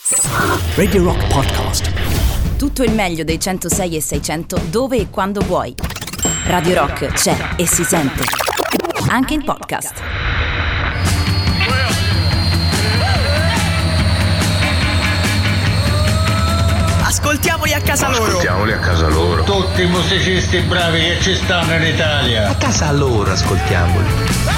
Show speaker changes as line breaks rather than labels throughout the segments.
Radio Rock Podcast.
Tutto il meglio dei 106 e 600 dove e quando vuoi. Radio Rock c'è e si sente anche in podcast.
Ascoltiamoli a casa loro.
Ascoltiamoli a casa loro.
Tutti i musicisti bravi che ci stanno in Italia.
A casa loro ascoltiamoli.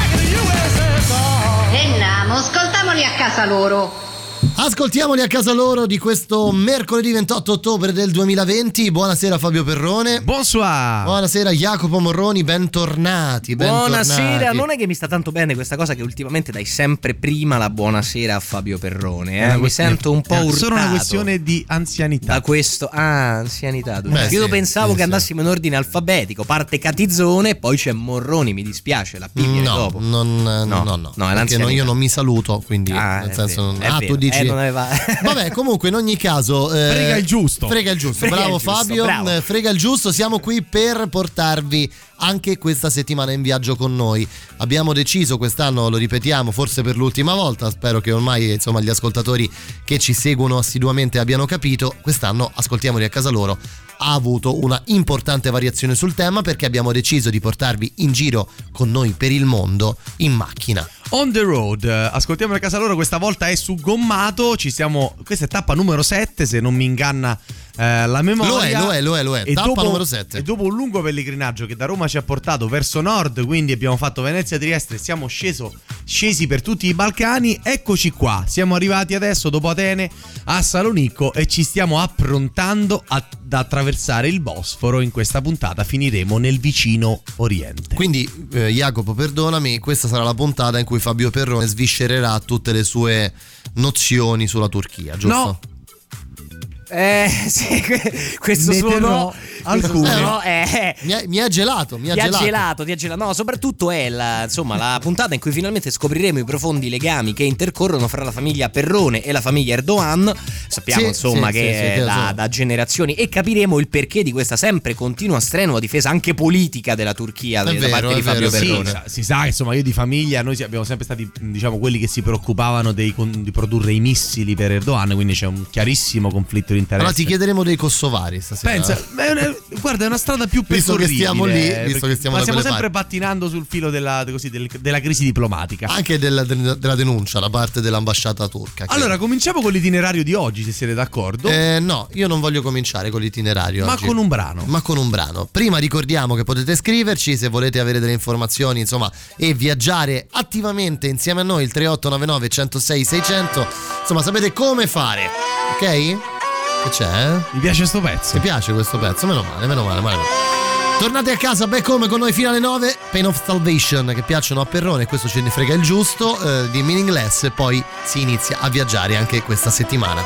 Andiamo, ascoltamoli a casa loro.
Ascoltiamoli a casa loro di questo mercoledì 28 ottobre del 2020. Buonasera Fabio Perrone.
Bonsoir.
Buonasera Jacopo Morroni, bentornati.
Buonasera, non è che mi sta tanto bene questa cosa che ultimamente dai sempre prima la buonasera a Fabio Perrone, Mi sento un po' urtato.
È solo una questione di anzianità.
Da questo, anzianità. Io
sì,
pensavo
sì,
che andassimo in ordine alfabetico, parte Catizzone, poi c'è Morroni, mi dispiace, la P viene dopo.
No,
è
perché
l'anzianità.
io non mi saluto, quindi nel senso tu dici
non aveva...
Vabbè, comunque in ogni caso
frega il giusto.
Frega il giusto. Bravo Fabio, bravo. Frega il giusto. Siamo qui per portarvi anche questa settimana in viaggio con noi. Abbiamo deciso quest'anno, lo ripetiamo forse per l'ultima volta, spero che ormai insomma gli ascoltatori che ci seguono assiduamente abbiano capito, quest'anno Ascoltiamoli a casa loro ha avuto una importante variazione sul tema, perché abbiamo deciso di portarvi in giro con noi per il mondo in macchina.
On the road, ascoltiamo a casa loro, questa volta è su gommato, questa è tappa numero 7 se non mi inganna la memoria.
Lo è.
E
tappa
dopo,
numero 7.
E dopo un lungo pellegrinaggio che da Roma ci ha portato verso nord, quindi abbiamo fatto Venezia-Trieste e siamo scesi per tutti i Balcani, eccoci qua, siamo arrivati adesso dopo Atene a Salonicco e ci stiamo approntando ad attraversare il Bosforo. In questa puntata finiremo nel vicino Oriente.
Quindi Jacopo, perdonami, questa sarà la puntata in cui Fabio Perrone sviscererà tutte le sue nozioni sulla Turchia, giusto?
No.
Sì, questo suono
mi ha gelato.
No, soprattutto è la puntata in cui finalmente scopriremo i profondi legami che intercorrono fra la famiglia Perrone e la famiglia Erdogan. Sappiamo che da generazioni, e capiremo il perché di questa sempre continua strenua difesa anche politica della Turchia da parte di Fabio Perrone.
Si sa che io di famiglia, noi abbiamo sempre stati quelli che si preoccupavano di produrre i missili per Erdogan, quindi c'è un chiarissimo conflitto di interesse.
Allora ti chiederemo dei kosovari stasera.
Pensa, guarda, è una strada più percorribile.
Visto che stiamo
ma stiamo sempre pattinando sul filo della crisi diplomatica.
Anche della denuncia da parte dell'ambasciata turca.
Allora, cominciamo con l'itinerario di oggi, se siete d'accordo.
No, io non voglio cominciare con l'itinerario
ma
oggi.
con un brano. Prima ricordiamo che potete scriverci se volete avere delle informazioni,
e viaggiare attivamente insieme a noi, il 3899 106 600. Sapete come fare, ok? Che c'è?
Mi piace sto pezzo.
Ti piace questo pezzo? Meno male. Tornate a casa, come con noi fino alle 9. Pain of Salvation, che piacciono a Perrone, questo ce ne frega il giusto, di Meaningless, e poi si inizia a viaggiare anche questa settimana.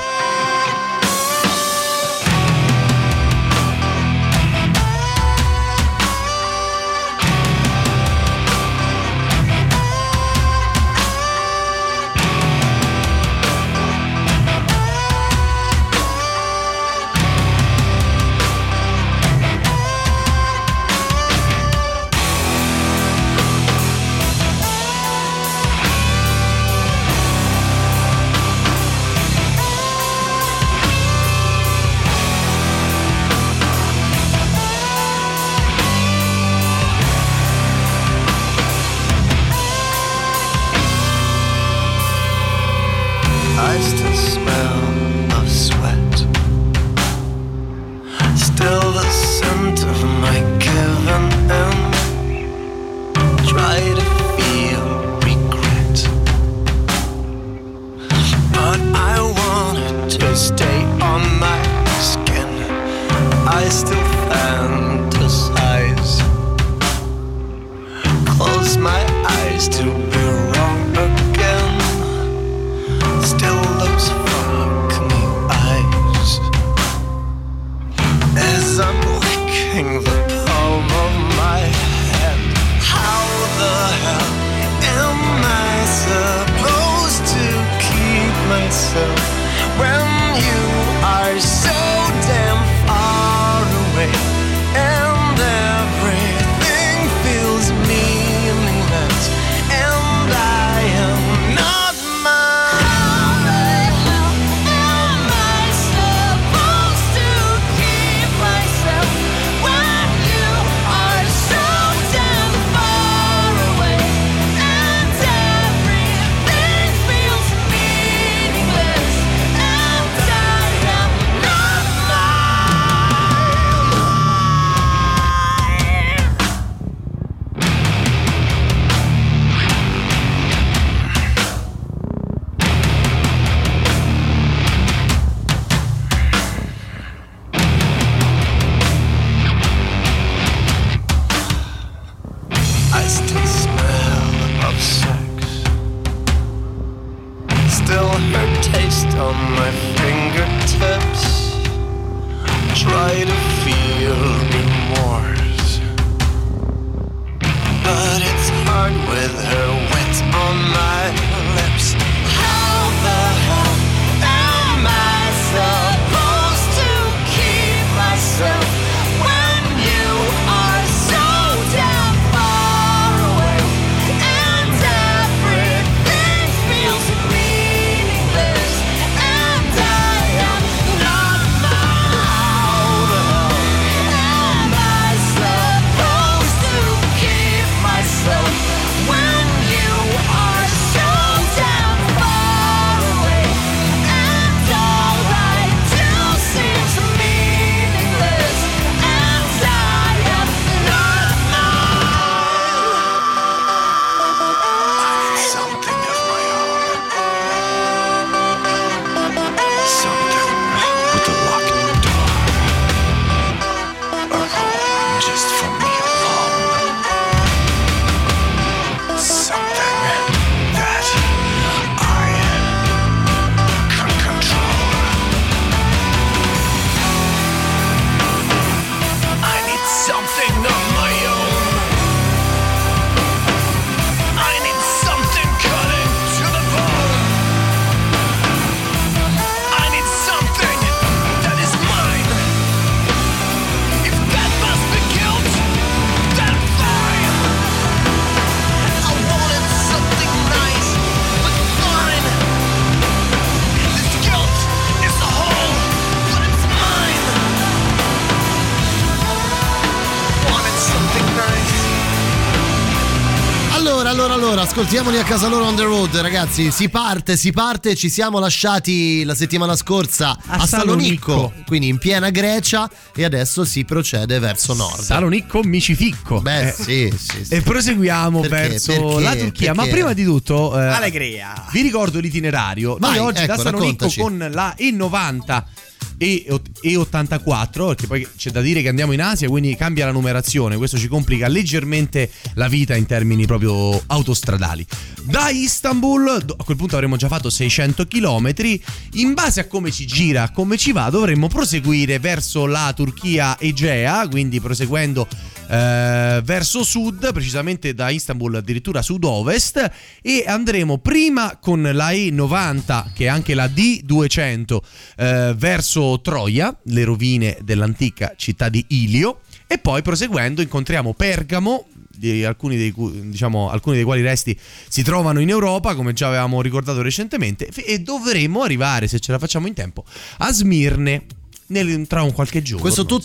Ascoltiamoli a casa loro on the road, ragazzi. Si parte. Ci siamo lasciati la settimana scorsa a Salonicco, quindi in piena Grecia, e adesso si procede verso nord.
Salonicco Micificco.
Beh, sì.
E proseguiamo verso la Turchia. Ma prima di tutto,
allegria.
Vi ricordo l'itinerario.
Vai,
Noi oggi da Salonicco
raccontaci.
con la E90 e 84, perché poi c'è da dire che andiamo in Asia, quindi cambia la numerazione, questo ci complica leggermente la vita in termini proprio autostradali. Da Istanbul a quel punto avremo già fatto 600 km. In base a come ci gira, come ci va, dovremmo proseguire verso la Turchia Egea, quindi proseguendo verso sud, precisamente da Istanbul addirittura sud-ovest, e andremo prima con la E90, che è anche la D200, verso Troia, le rovine dell'antica città di Ilio, e poi proseguendo incontriamo Pergamo, alcuni dei quali resti si trovano in Europa, come già avevamo ricordato recentemente, e dovremo arrivare, se ce la facciamo in tempo, a Smirne tra un qualche giorno.
Tutto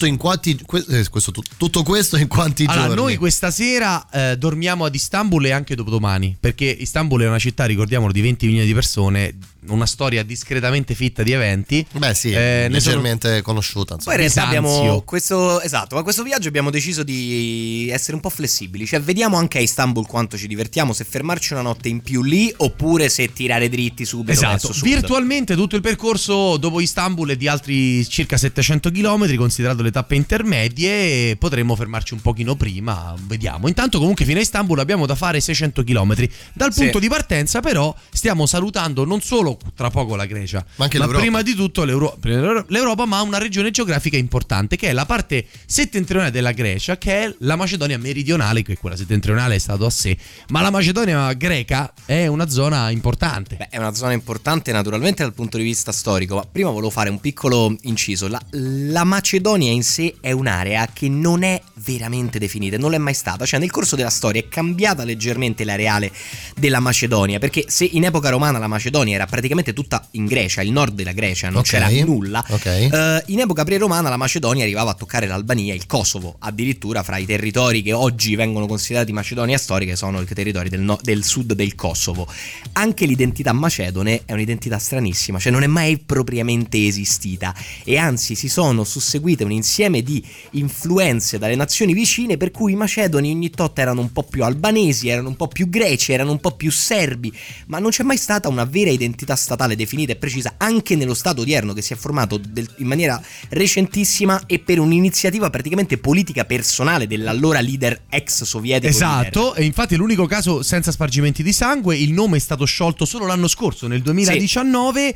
questo in quanti giorni?
Allora, noi questa sera dormiamo ad Istanbul e anche dopodomani, perché Istanbul è una città, ricordiamolo, di 20 milioni di persone, una storia discretamente fitta di eventi.
Beh sì, leggermente conosciuta, insomma.
Poi in realtà abbiamo questo viaggio abbiamo deciso di essere un po' flessibili, cioè vediamo anche a Istanbul quanto ci divertiamo, se fermarci una notte in più lì oppure se tirare dritti subito verso sud.
Virtualmente tutto il percorso dopo Istanbul è di altri circa 700 km, considerato le tappe intermedie, potremmo fermarci un pochino prima, vediamo. Intanto comunque fino a Istanbul abbiamo da fare 600 km. Dal punto di partenza però stiamo salutando non solo tra poco la Grecia,
ma anche
ma prima di tutto l'Europa, ma una regione geografica importante che è la parte settentrionale della Grecia, che è la Macedonia meridionale, che quella settentrionale è stato a sé, ma la Macedonia greca è una zona importante.
Beh, è una zona importante naturalmente dal punto di vista storico, ma prima volevo fare un piccolo inciso. La Macedonia in sé è un'area che non è veramente definita, non l'è mai stata, cioè nel corso della storia è cambiata leggermente l'areale della Macedonia, perché se in epoca romana la Macedonia era praticamente tutta in Grecia, il nord della Grecia, non c'era nulla, in epoca pre-romana la Macedonia arrivava a toccare l'Albania, il Kosovo, addirittura fra i territori che oggi vengono considerati Macedonia storica sono i territori del sud del Kosovo. Anche l'identità macedone è un'identità stranissima, cioè non è mai propriamente esistita, e anzi si sono susseguite un insieme di influenze dalle nazioni vicine, per cui i macedoni ogni tot erano un po' più albanesi, erano un po' più greci, erano un po' più serbi, ma non c'è mai stata una vera identità statale definita e precisa anche nello stato odierno, che si è formato in maniera recentissima e per un'iniziativa praticamente politica personale dell'allora leader ex sovietico.
Esatto, e infatti è l'unico caso senza spargimenti di sangue. Il nome è stato sciolto solo l'anno scorso, nel 2019,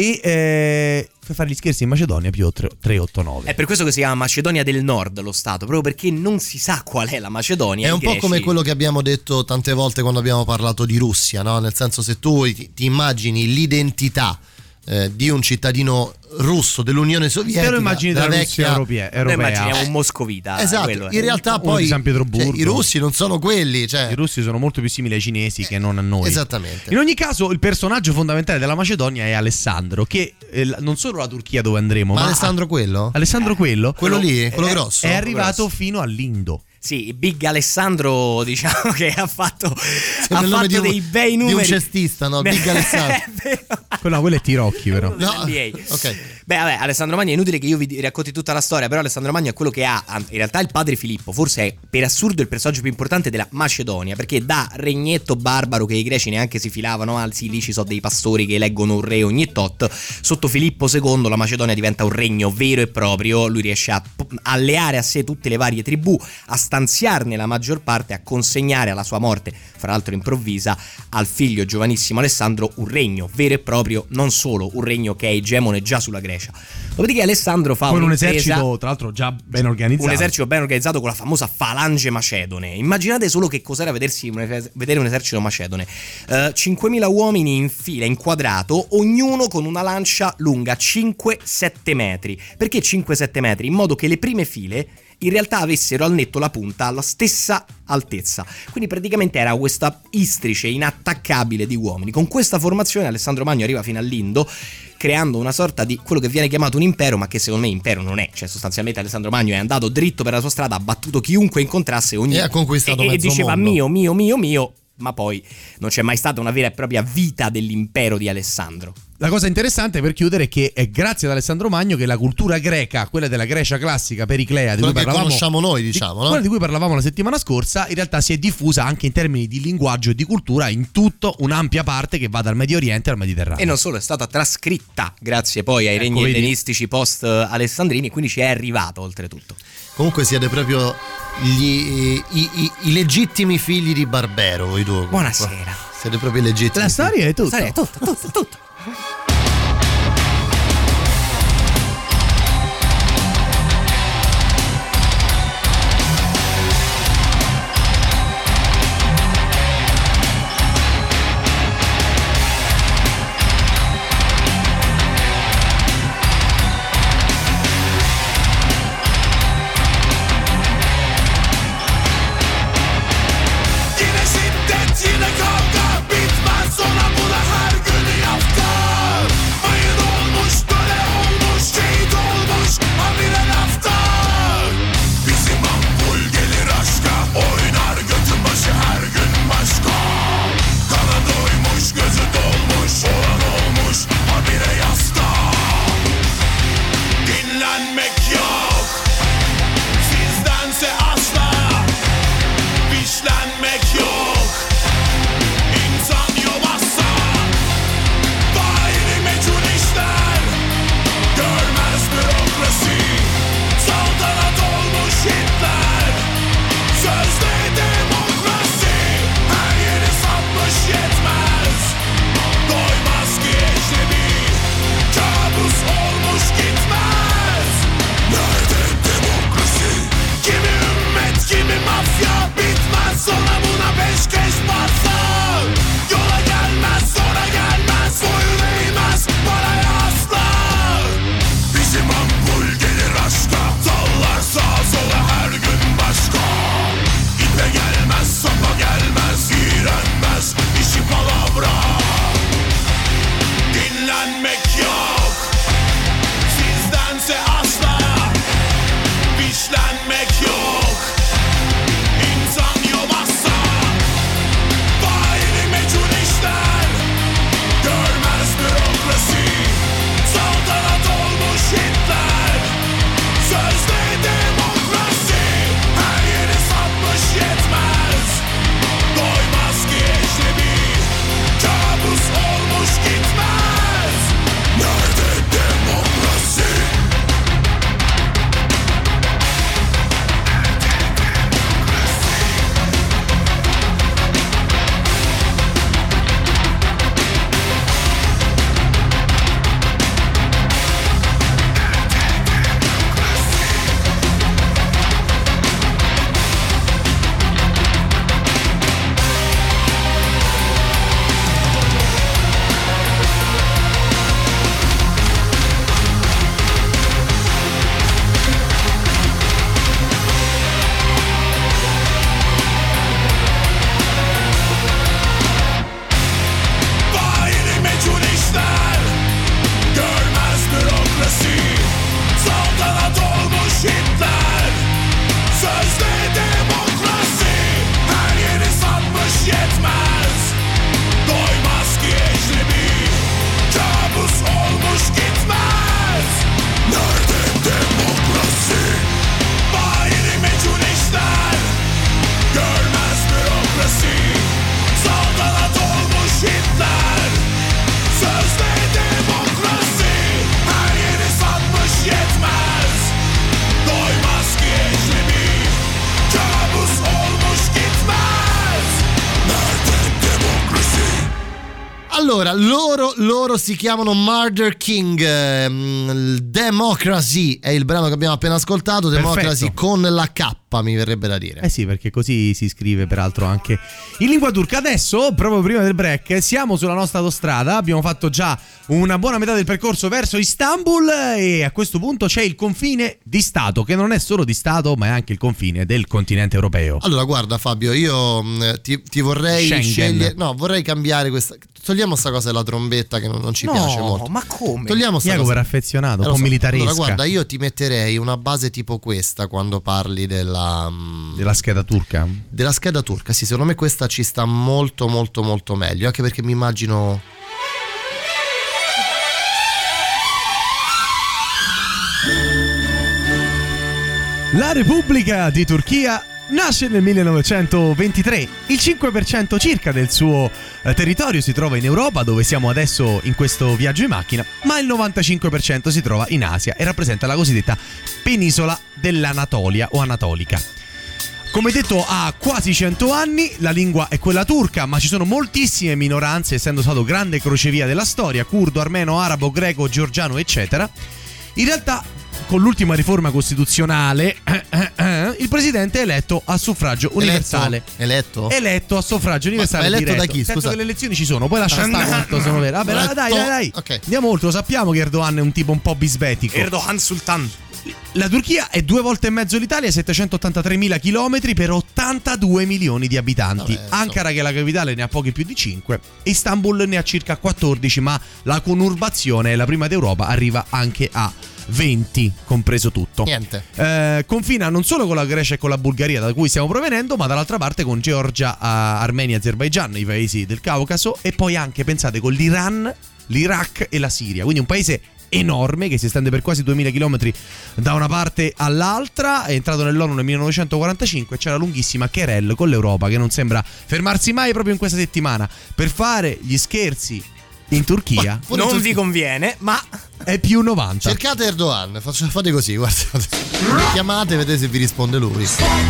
e per fare gli scherzi in Macedonia più 389.
È per questo che si chiama Macedonia del Nord lo stato, proprio perché non si sa qual è la Macedonia.
È un po' come quello che abbiamo detto tante volte quando abbiamo parlato di Russia, no? Nel senso, se tu ti immagini l'identità di un cittadino russo dell'Unione Sovietica,
te lo immagini della vecchia europea.
Noi immaginiamo un moscovita.
Esatto, in realtà poi
San Pietroburgo,
i russi non sono quelli,
i russi sono molto più simili ai cinesi che non a noi.
Esattamente.
In ogni caso il personaggio fondamentale della Macedonia è Alessandro, che non solo la Turchia dove andremo, ma
Alessandro quello
quello
lì, quello grosso,
è arrivato fino all'Indo.
Sì, Big Alessandro, diciamo che ha fatto dei bei numeri.
Di un cestista, no? Big Alessandro.
Quello è Tirocchi, però.
No.
Ok.
Beh, vabbè, Alessandro Magno è inutile che io vi racconti tutta la storia, però Alessandro Magno è quello che ha, in realtà il padre Filippo, forse è per assurdo il personaggio più importante della Macedonia, perché da regnetto barbaro che i greci neanche si filavano, anzi lì ci sono dei pastori che eleggono un re ogni tot, sotto Filippo II la Macedonia diventa un regno vero e proprio, lui riesce a alleare a sé tutte le varie tribù, a stanziarne la maggior parte, a consegnare alla sua morte, fra l'altro improvvisa, al figlio giovanissimo Alessandro un regno vero e proprio, non solo un regno che è egemone già sulla Grecia. Dopodiché Alessandro fa
con un esercito tra l'altro già ben organizzato,
un esercito ben organizzato con la famosa falange macedone. Immaginate solo che cos'era vedere un esercito macedone, 5.000 uomini in fila inquadrato, ognuno con una lancia lunga 5-7 metri. Perché 5-7 metri? In modo che le prime file in realtà avessero al netto la punta alla stessa altezza, quindi praticamente era questa istrice inattaccabile di uomini. Con questa formazione Alessandro Magno arriva fino all'Indo, creando una sorta di quello che viene chiamato un impero, ma che secondo me impero non è, cioè sostanzialmente Alessandro Magno è andato dritto per la sua strada, ha battuto chiunque incontrasse,
e ha conquistato
e diceva
mondo.
mio, ma poi non c'è mai stata una vera e propria vita dell'impero di Alessandro.
La cosa interessante per chiudere è che è grazie ad Alessandro Magno che la cultura greca, quella della Grecia classica, periclea, di cui parlavamo,
conosciamo noi, diciamo, no?
Quella di cui parlavamo la settimana scorsa, in realtà si è diffusa anche in termini di linguaggio e di cultura in tutto un'ampia parte che va dal Medio Oriente al Mediterraneo.
E non solo, è stata trascritta grazie poi ai regni ellenistici post-alessandrini, quindi ci è arrivato oltretutto.
Comunque siete proprio i legittimi figli di Barbero, voi due.
Buonasera.
Siete proprio i legittimi.
La storia è tutto.
La storia è tutto.
Allora, loro si chiamano Murder King. Democracy è il brano che abbiamo appena ascoltato. Democracy. Perfetto. Con la K, mi verrebbe da dire.
Eh sì, perché così si scrive peraltro anche in lingua turca. Adesso, proprio prima del break, siamo sulla nostra autostrada. Abbiamo fatto già una buona metà del percorso verso Istanbul e a questo punto c'è il confine di Stato, che non è solo di Stato ma è anche il confine del continente europeo.
Allora guarda Fabio, io ti vorrei
Schengen.
vorrei cambiare questa. togliamo sta cosa della trombetta che non ci piace molto.
Ma come?
Togliamo sta
Jacopo
cosa.
era affezionato, un po' militaresca.
Allora guarda, io ti metterei una base tipo questa quando parli della
scheda turca.
Della scheda turca, sì, secondo me questa ci sta molto molto molto meglio, anche perché mi immagino.
La Repubblica di Turchia nasce nel 1923. Il 5% circa del suo territorio si trova in Europa, dove siamo adesso in questo viaggio in macchina, ma il 95% si trova in Asia e rappresenta la cosiddetta penisola dell'Anatolia o Anatolica. Come detto, ha quasi 100 anni, la lingua è quella turca, ma ci sono moltissime minoranze, essendo stato grande crocevia della storia, curdo, armeno, arabo, greco, georgiano, eccetera. In realtà, con l'ultima riforma costituzionale, il presidente è eletto a suffragio universale.
Eletto
a suffragio universale.
Ma eletto
diretto.
da chi? Scusa.
Penso che le elezioni ci sono, poi lascia stare quanto sono vere. Vabbè, dai.
Okay.
Andiamo oltre, lo sappiamo che Erdogan è un tipo un po' bisbetico.
Erdogan Sultan.
La Turchia è 2 volte e mezzo l'Italia, 783.000 chilometri per 82 milioni di abitanti. Ankara, che è la capitale, ne ha pochi più di 5. Istanbul ne ha circa 14, ma la conurbazione, la prima d'Europa, arriva anche a 20, compreso tutto.
Niente.
Confina non solo con la Grecia e con la Bulgaria, da cui stiamo provenendo, ma dall'altra parte con Georgia, Armenia, Azerbaigian, i paesi del Caucaso, e poi anche, pensate, con l'Iran, l'Iraq e la Siria. Quindi un paese enorme che si estende per quasi 2000 km da una parte all'altra. È entrato nell'ONU nel 1945 e c'è la lunghissima querelle con l'Europa, che non sembra fermarsi mai proprio in questa settimana per fare gli scherzi in Turchia.
Non vi conviene, ma
è più 90.
Cercate Erdogan, fate così, guardate. Chiamate, vedete se vi risponde lui.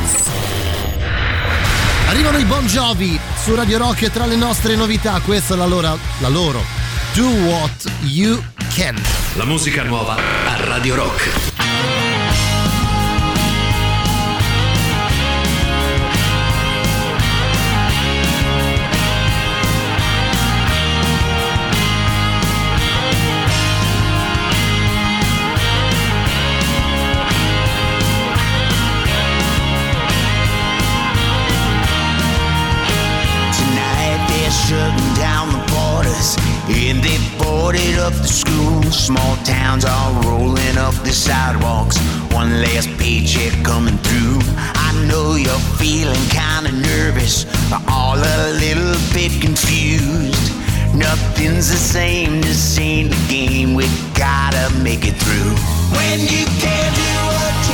Arrivano i Bon Jovi su Radio Rock e tra le nostre novità questa è la loro Do What You Can.
La musica nuova a Radio Rock.
Shutting down the borders and they boarded up the schools. Small towns are rolling up the sidewalks, one last paycheck coming through. I know you're feeling kinda nervous, all a little bit confused. Nothing's the same, this ain't the game, we gotta make it through. When you can't do what you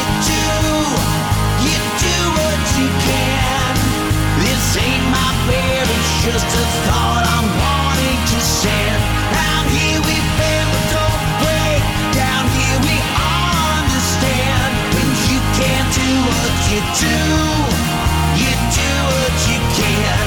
do what you can. This ain't my prayer, it's just a thought I'm wanting to send. Down here we bend but don't break, down here we all understand. When you can't do what you do what you can.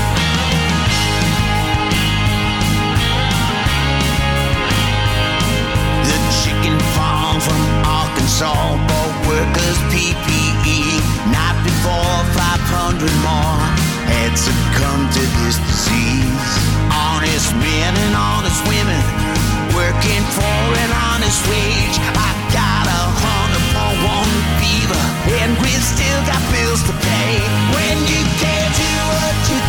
The chicken farm from Arkansas bought workers PPE. Night before 500 more had succumbed to this disease. Honest men and honest women working for an honest wage. I got 100.1 fever and we still got bills to pay. When you can't do what you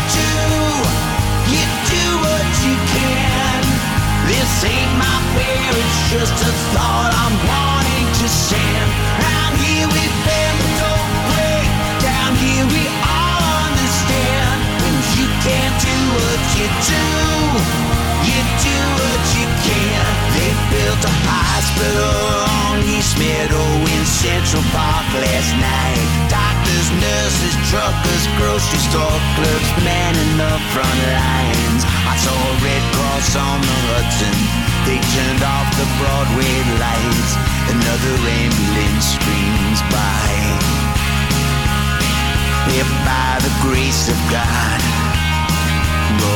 do what you can. This ain't my prayer, it's just a thought I'm wanting to send. Out here we bend but don't break, down here we all understand. When you can't do what you do what you can. They built a hospital on East Meadow in Central Park last night. Doctors, nurses, truckers, grocery store clerks manning the front lines. I saw a Red Cross on the Hudson, they turned off the Broadway lights. Another ambulance screams by. If by the grace of God, go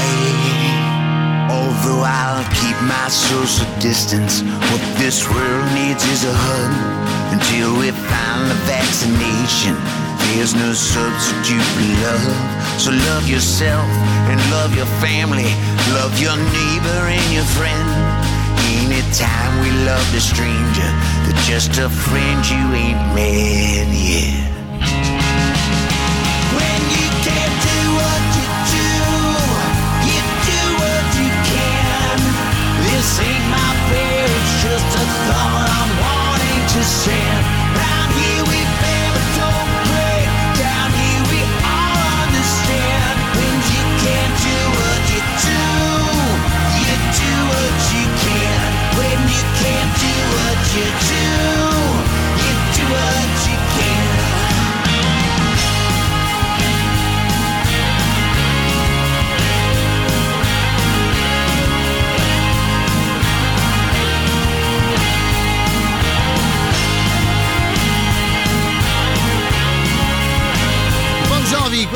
although I'll keep my social distance, what this world needs is a hug. Until we find the vaccination, there's no substitute for love. So love yourself and love your family, love your neighbor and your friend. Anytime we love a stranger, they're just a friend you ain't met yet. When you can't do what you do what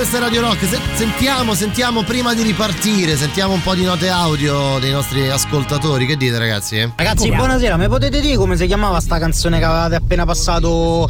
questa è Radio Rock. Sentiamo prima di ripartire, sentiamo un po' di note audio dei nostri ascoltatori. Che dite, ragazzi?
Ragazzi, buonasera, mi potete dire come si chiamava sta canzone che avevate appena passato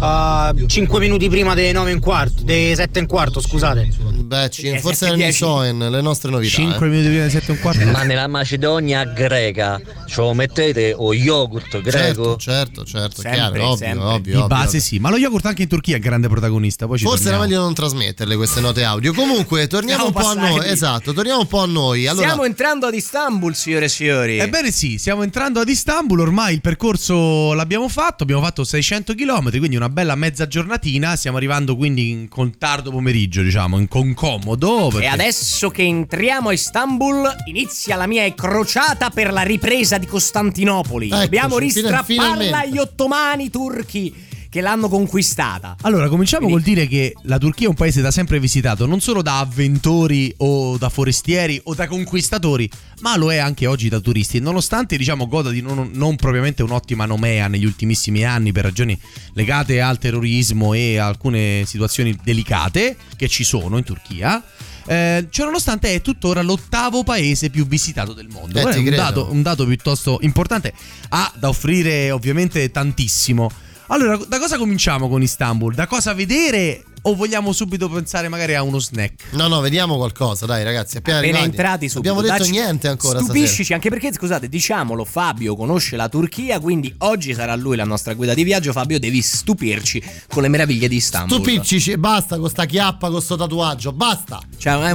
5 minuti prima delle 9 e un quarto, dei 7 e un quarto, scusate?
Beh, forse erano i Soen, le nostre novità.
5 minuti prima delle 7 e un quarto.
Ma nella Macedonia greca ce lo mettete o yogurt greco?
Certo,
sempre,
chiaro, ovvio.
Di base sì, ma lo yogurt anche in Turchia è grande protagonista. Poi
forse era meglio non trasmetterle queste note audio. Comunque, torniamo un po' a noi. Esatto, torniamo un po' a noi. Allora,
stiamo entrando ad Istanbul, signore e signori.
Ebbene sì, stiamo entrando ad Istanbul. Ormai il percorso l'abbiamo fatto. Abbiamo fatto 600 km, quindi una bella mezza giornatina. Stiamo arrivando quindi con tardo pomeriggio, diciamo, con comodo. Perché...
E adesso che entriamo a Istanbul inizia la mia crociata per la ripresa di Costantinopoli.
Eccoci,
dobbiamo ristrapparla
finalmente
agli ottomani turchi che l'hanno conquistata.
Allora, cominciamo col dire che la Turchia è un paese da sempre visitato, non solo da avventori o da forestieri o da conquistatori, ma lo è anche oggi da turisti, nonostante, diciamo, goda di non propriamente un'ottima nomea negli ultimissimi anni per ragioni legate al terrorismo e a alcune situazioni delicate che ci sono in Turchia. Ciononostante è tuttora l'8º paese più visitato del mondo. È un dato piuttosto importante, ha da offrire ovviamente tantissimo. Allora, da cosa cominciamo con Istanbul? Da cosa vedere? O vogliamo subito pensare magari a uno snack?
No, vediamo qualcosa, dai ragazzi. Appena
entrati subito.
Abbiamo detto niente ancora.
Stupiscici
stasera.
Anche perché, scusate, diciamolo, Fabio conosce la Turchia, quindi oggi sarà lui la nostra guida di viaggio. Fabio, devi stupirci con le meraviglie di Istanbul.
Stupirci, basta con sta chiappa, con sto tatuaggio, basta.
Cioè, ha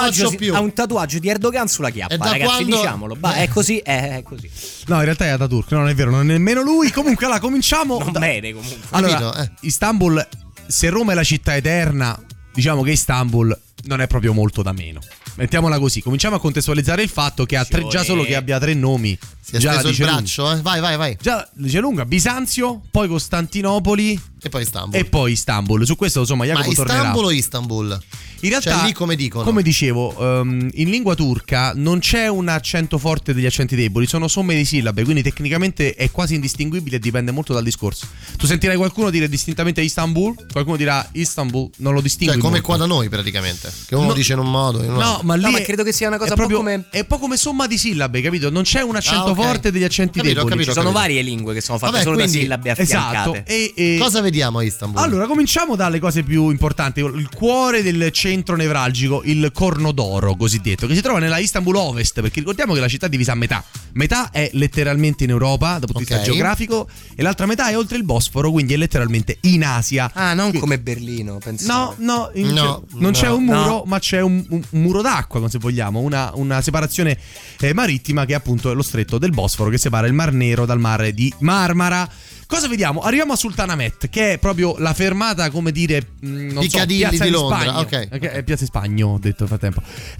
un tatuaggio di Erdogan sulla chiappa, ragazzi, diciamolo. È così, è così.
No, in realtà è Ataturk, non è vero, non è nemmeno lui. Comunque, allora, cominciamo.
Bene, comunque.
Allora, Istanbul, se Roma è la città eterna, diciamo che Istanbul non è proprio molto da meno. Mettiamola così, cominciamo a contestualizzare il fatto che già solo che abbia 3 nomi.
Si è steso il braccio, Vai.
Già dice lunga: Bizanzio, poi Costantinopoli
e poi Istanbul.
Su questo, insomma, Jacopo tornerà.
Istanbul o Istanbul?
In realtà,
cioè, lì come dicono.
Come dicevo, in lingua turca non c'è un accento forte degli accenti deboli, sono somme di sillabe, quindi tecnicamente è quasi indistinguibile e dipende molto dal discorso. Tu sentirai qualcuno dire distintamente Istanbul, qualcuno dirà Istanbul, non lo distingui.
Cioè, come
molto.
Qua da noi praticamente, che uno dice in un modo, in un altro.
Ma lì
ma credo che sia una cosa
proprio,
come
è un po' come somma di sillabe, capito? Non c'è un accento forte degli accenti deboli.
Ci sono varie lingue che sono fatte solo da sillabe affiancate.
Esatto.
Cosa vediamo a Istanbul?
Allora, cominciamo dalle cose più importanti. Il cuore del centro nevralgico, il Corno d'Oro cosiddetto, che si trova nella Istanbul Ovest, perché ricordiamo che la città è divisa a metà. Metà è letteralmente in Europa dal punto di vista geografico e l'altra metà è oltre il Bosforo, quindi è letteralmente in Asia.
Ah, non come Berlino, pensavo.
No, non c'è un muro, ma c'è un muro d'acqua, se vogliamo, una separazione marittima che è appunto lo stretto del Bosforo che separa il Mar Nero dal mare di Marmara. Cosa vediamo? Arriviamo a Sultanahmet, che è proprio la fermata, come dire,
Piccadilly di Londra.
È Piazza Spagno, ho detto nel frattempo.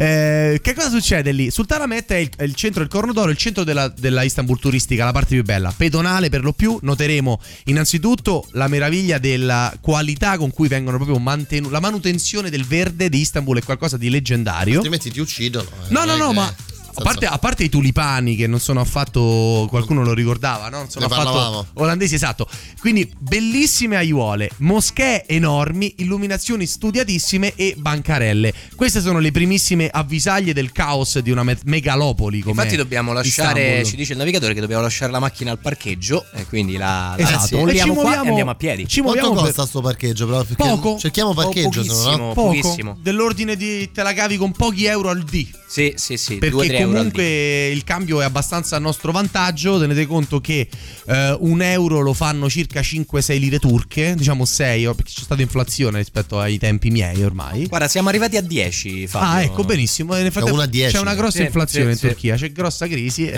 Che cosa succede lì? Sultanahmet è il centro del Corno d'Oro, il centro della Istanbul turistica, la parte più bella, pedonale per lo più. Noteremo innanzitutto la meraviglia della qualità con cui vengono proprio la manutenzione del verde di Istanbul è qualcosa di leggendario.
Altrimenti ti uccidono.
No, ma a parte i tulipani che non sono affatto, qualcuno lo ricordava, no? Non sono affatto olandesi, esatto. Quindi bellissime aiuole, moschee enormi, illuminazioni studiatissime e bancarelle. Queste sono le primissime avvisaglie del caos di una megalopoli come
Infatti dobbiamo lasciare,
Istanbul.
Ci dice il navigatore che dobbiamo lasciare la macchina al parcheggio e quindi
esatto.
Molliamo qua e andiamo a piedi.
Quanto costa sto parcheggio?
Poco.
Cerchiamo parcheggio,
pochissimo,
pochissimo. Dell'ordine di te la cavi con pochi euro al dì.
Sì,
perché comunque il cambio è abbastanza a nostro vantaggio. Tenete conto che 1 euro lo fanno circa 5-6 lire turche, diciamo 6, perché c'è stata inflazione rispetto ai tempi miei ormai.
Guarda, siamo arrivati a 10, Fabio.
Ah, ecco, benissimo. Nel frattempo c'è una grossa inflazione in Turchia, c'è grossa crisi.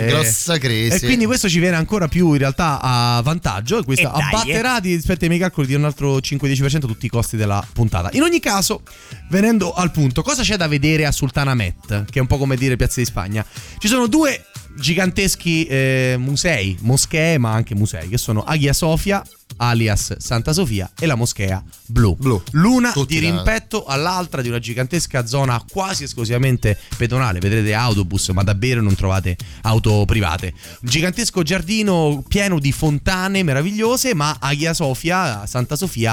E quindi questo ci viene ancora più in realtà a vantaggio. E questo abbatterà rispetto ai miei calcoli di un altro 5-10% tutti i costi della puntata. In ogni caso, venendo al punto, cosa c'è da vedere a Sultanahmet? Che è un po' come dire Piazza di Spagna. Ci sono 2 giganteschi musei, moschee ma anche musei, che sono Hagia Sophia alias Santa Sofia e la moschea blu. L'una di rimpetto all'altra di una gigantesca zona quasi esclusivamente pedonale. Vedrete autobus, ma davvero non trovate auto private. Un gigantesco giardino pieno di fontane meravigliose, ma Hagia Sophia, Santa Sofia,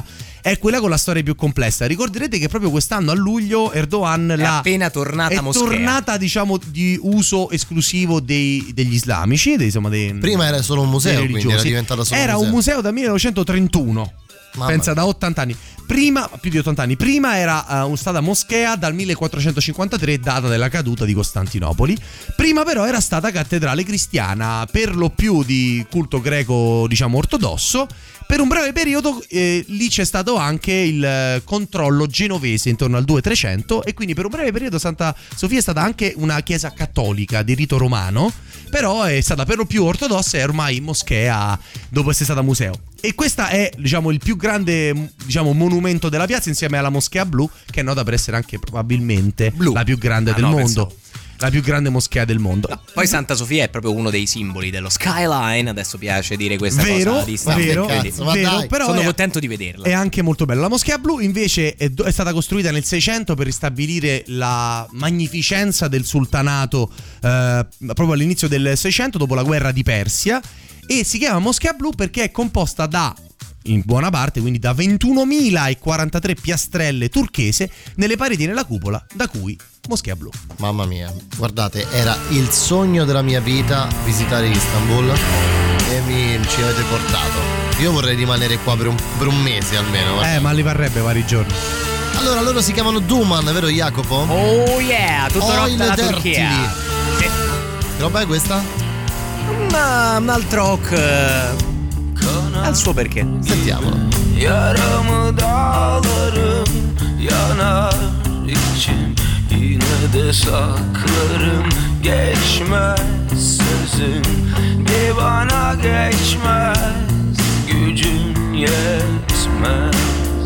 è quella con la storia più complessa. Ricorderete che proprio quest'anno a luglio Erdogan
è appena tornata moschea.
È tornata, diciamo, di uso esclusivo degli islamici,
prima era solo un museo, quindi era diventata solo
un museo da 1931. Pensa, da 80 anni. Prima, più di 80 anni prima, era stata moschea dal 1453, data della caduta di Costantinopoli. Prima però era stata cattedrale cristiana, per lo più di culto greco, diciamo, ortodosso. Per un breve periodo lì c'è stato anche il controllo genovese intorno al 200-300, e quindi per un breve periodo Santa Sofia è stata anche una chiesa cattolica di rito romano, però è stata per lo più ortodossa e ormai moschea dopo essere stata museo. E questa è, diciamo, il più grande, diciamo, monumento della piazza, insieme alla Moschea Blu, che è nota per essere anche probabilmente la più grande del mondo. Pensavo. La più grande moschea del mondo.
No, poi Santa Sofia è proprio uno dei simboli dello skyline. Adesso piace dire questa cosa a distanza.
Vero,
però sono contento di vederla.
È anche molto bella. La Moschea Blu invece è stata costruita nel 600 per ristabilire la magnificenza del sultanato, proprio all'inizio del 600, dopo la guerra di Persia. E si chiama Moschea Blu perché è composta in buona parte, quindi da 21.043 piastrelle turchese nelle pareti e nella cupola, da cui Moschea Blu.
Mamma mia, guardate, era il sogno della mia vita visitare Istanbul e ci avete portato. Io vorrei rimanere qua per un mese almeno. Guarda.
Ma li varrebbe vari giorni.
Allora, loro si chiamano Duman, vero Jacopo?
Oh yeah, tutto roba della Turchia.
Sì. Che roba è questa?
Un altro rock al suo perché.
Sentiamolo.
Yaramı dağlarım, yanar içim, yine de saklarım. Geçmez sözün, bir bana geçmez, gücün yetmez.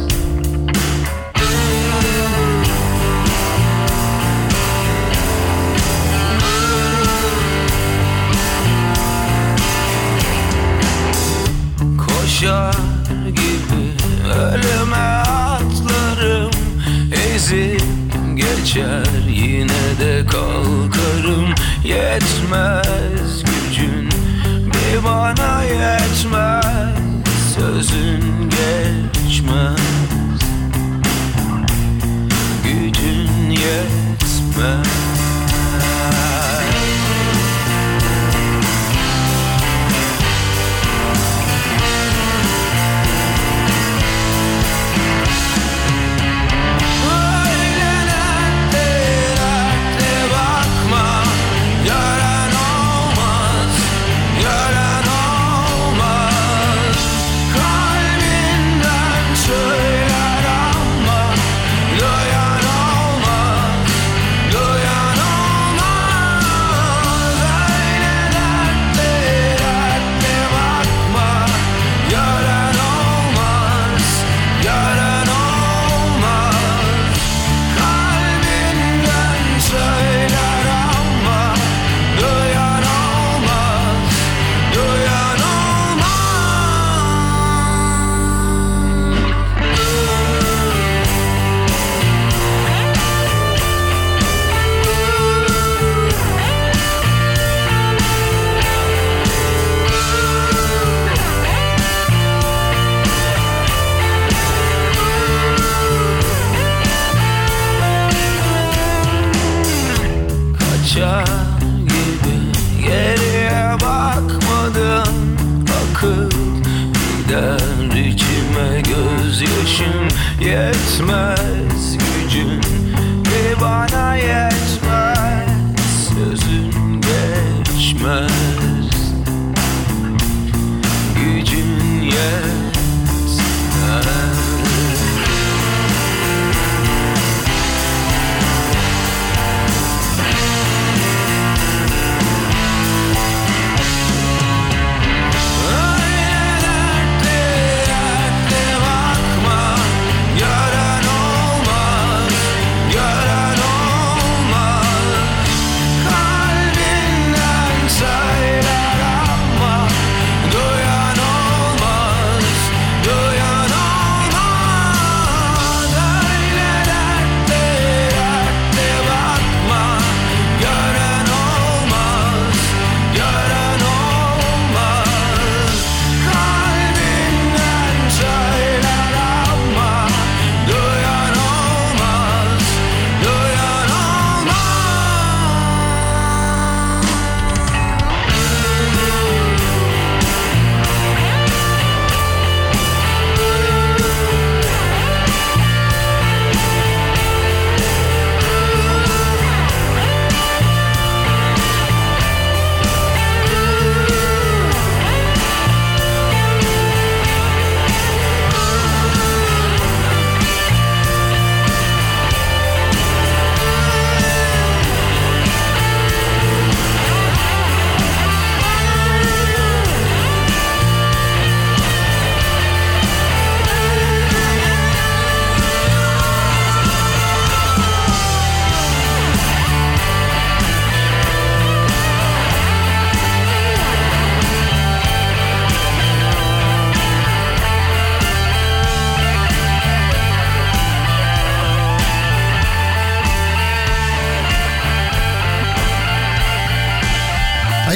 Koşar gibi ölüme atlarım, ezip geçer yine de kalkarım. Yetmez gücün, bir bana yetmez, sözün geçmez, gücün yetmez. Yetmez gücün, bir bana yetmez, sözün geçmez, gücün yetmez. Bakma, gören olmaz, gören olmaz.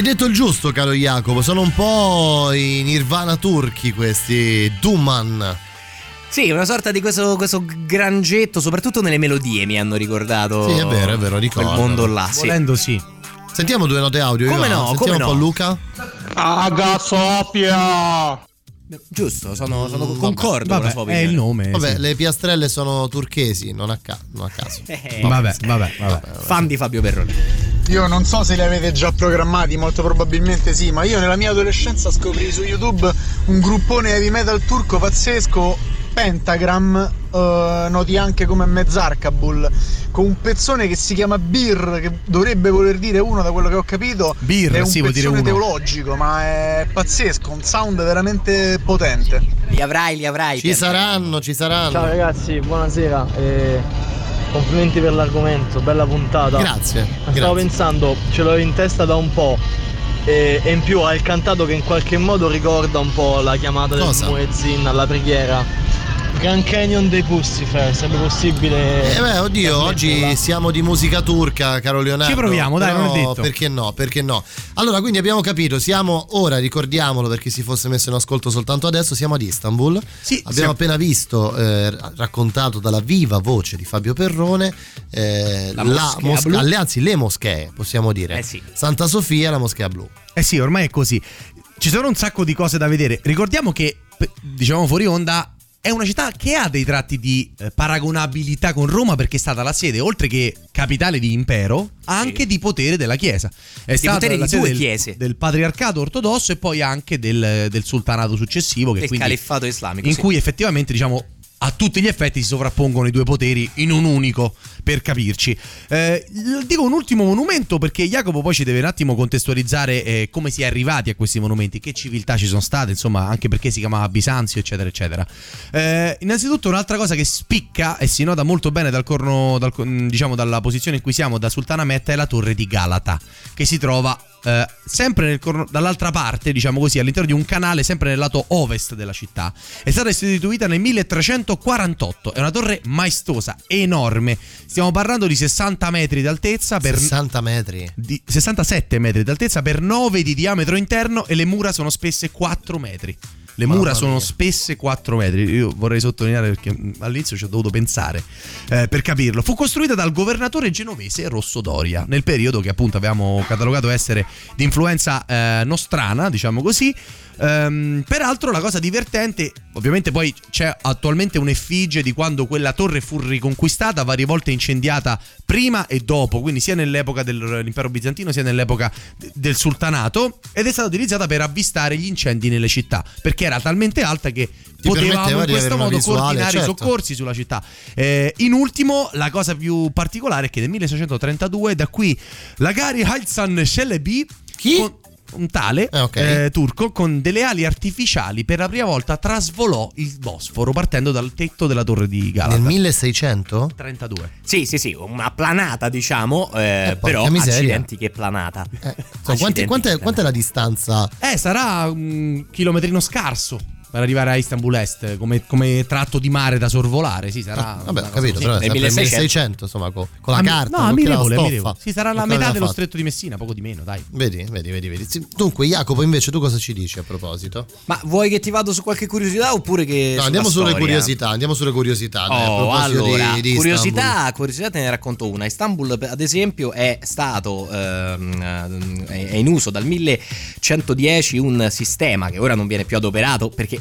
detto il giusto, caro Jacopo, sono un po' i Nirvana turchi questi, Duman.
Sì, una sorta di questo grangetto, soprattutto nelle melodie mi hanno ricordato.
Sì, è vero, ricordo.
Quel mondo là, sì.
Volendo sì.
Sentiamo 2 note audio.
Come
Ivano.
no?
Sentiamo
come
un po'
no?
Luca.
Aga Sofia!
Giusto, concordo con la sua opinione.
È il nome.
Vabbè,
sì.
le piastrelle sono turchesi, non a caso.
Vabbè.
Fan di Fabio Perrone.
Io non so se li avete già programmati, molto probabilmente sì, ma io nella mia adolescenza scoprì su YouTube un gruppone heavy metal turco pazzesco, Pentagram, noti anche come Mezzarkabul, con un pezzone che si chiama Bir, che dovrebbe voler dire uno, da quello che ho capito.
Bir,
è un
sì, vuol dire
pezzone
uno.
teologico, ma è pazzesco, un sound veramente potente.
Li avrai.
Ci saranno.
Ciao ragazzi, buonasera. Complimenti per l'argomento, bella puntata.
Grazie.
Stavo pensando, ce l'ho in testa da un po'. E in più ha il cantato che in qualche modo ricorda un po' la chiamata del muezzin alla preghiera. Grand Canyon dei Pussifer, sarebbe possibile?
Oddio, oggi siamo di musica turca, caro Leonardo.
Ci proviamo, dai, non è detto.
Perché no? Allora, quindi abbiamo capito, siamo ora, ricordiamolo per chi si fosse messo in ascolto soltanto adesso, siamo ad Istanbul.
Sì,
abbiamo appena visto, raccontato dalla viva voce di Fabio Perrone, le moschee, possiamo dire.
Sì.
Santa Sofia e la Moschea Blu.
Sì, ormai è così. Ci sono un sacco di cose da vedere. Ricordiamo che, diciamo fuori onda, è una città che ha dei tratti di paragonabilità con Roma, perché è stata la sede, oltre che capitale di impero, anche di potere della Chiesa. È stata
potere
la
di
sede
due chiese.
del patriarcato ortodosso e poi anche del sultanato successivo, che
del
quindi,
califfato islamico,
in cui effettivamente, diciamo, a tutti gli effetti si sovrappongono i due poteri in un unico, per capirci. Dico un ultimo monumento perché Jacopo poi ci deve un attimo contestualizzare come si è arrivati a questi monumenti, che civiltà ci sono state, insomma, anche perché si chiamava Bisanzio, eccetera eccetera. Innanzitutto un'altra cosa che spicca e si nota molto bene diciamo dalla posizione in cui siamo, da Sultanahmet, è la torre di Galata, che si trova sempre dall'altra parte, diciamo così, all'interno di un canale, sempre nel lato ovest della città. È stata istituita nel 1348. È una torre maestosa, enorme. Stiamo parlando di 60 metri d'altezza per
60 metri?
67 metri d'altezza per 9 di diametro interno, e le mura sono spesse 4 metri. Le mura sono spesse 4 metri. Io vorrei sottolineare, perché all'inizio ci ho dovuto pensare per capirlo. Fu costruita dal governatore genovese Rosso Doria, nel periodo che appunto avevamo catalogato essere di influenza nostrana, diciamo così. Peraltro la cosa divertente, ovviamente poi c'è attualmente un'effigie di quando quella torre fu riconquistata, varie volte incendiata prima e dopo, quindi sia nell'epoca dell'impero bizantino sia nell'epoca del sultanato, ed è stata utilizzata per avvistare gli incendi nelle città, perché era talmente alta che potevamo in questo modo coordinare i soccorsi sulla città. In ultimo, la cosa più particolare è che nel 1632 da qui la Gari Hasan Celebi, un tale turco, con delle ali artificiali, per la prima volta trasvolò il Bosforo partendo dal tetto della torre di Galata.
Nel 1632?
Sì, una planata, diciamo, però accidenti che planata.
Quant'è la distanza?
Sarà un chilometrino scarso per arrivare a Istanbul Est, come tratto di mare da sorvolare. Sì, sarà.
Vabbè, capito, però
nel
1600, insomma, con la carta.
No, ammirevole. Sì, sarà la metà dello
fatto.
Stretto di Messina, poco di meno, dai.
Vedi. Dunque, Jacopo, invece, tu cosa ci dici a proposito?
Ma vuoi che ti vado su qualche curiosità oppure che
no, andiamo sulle curiosità.
Allora,
di
curiosità te ne racconto una. Istanbul, ad esempio, è stato è in uso dal 1110 un sistema che ora non viene più adoperato perché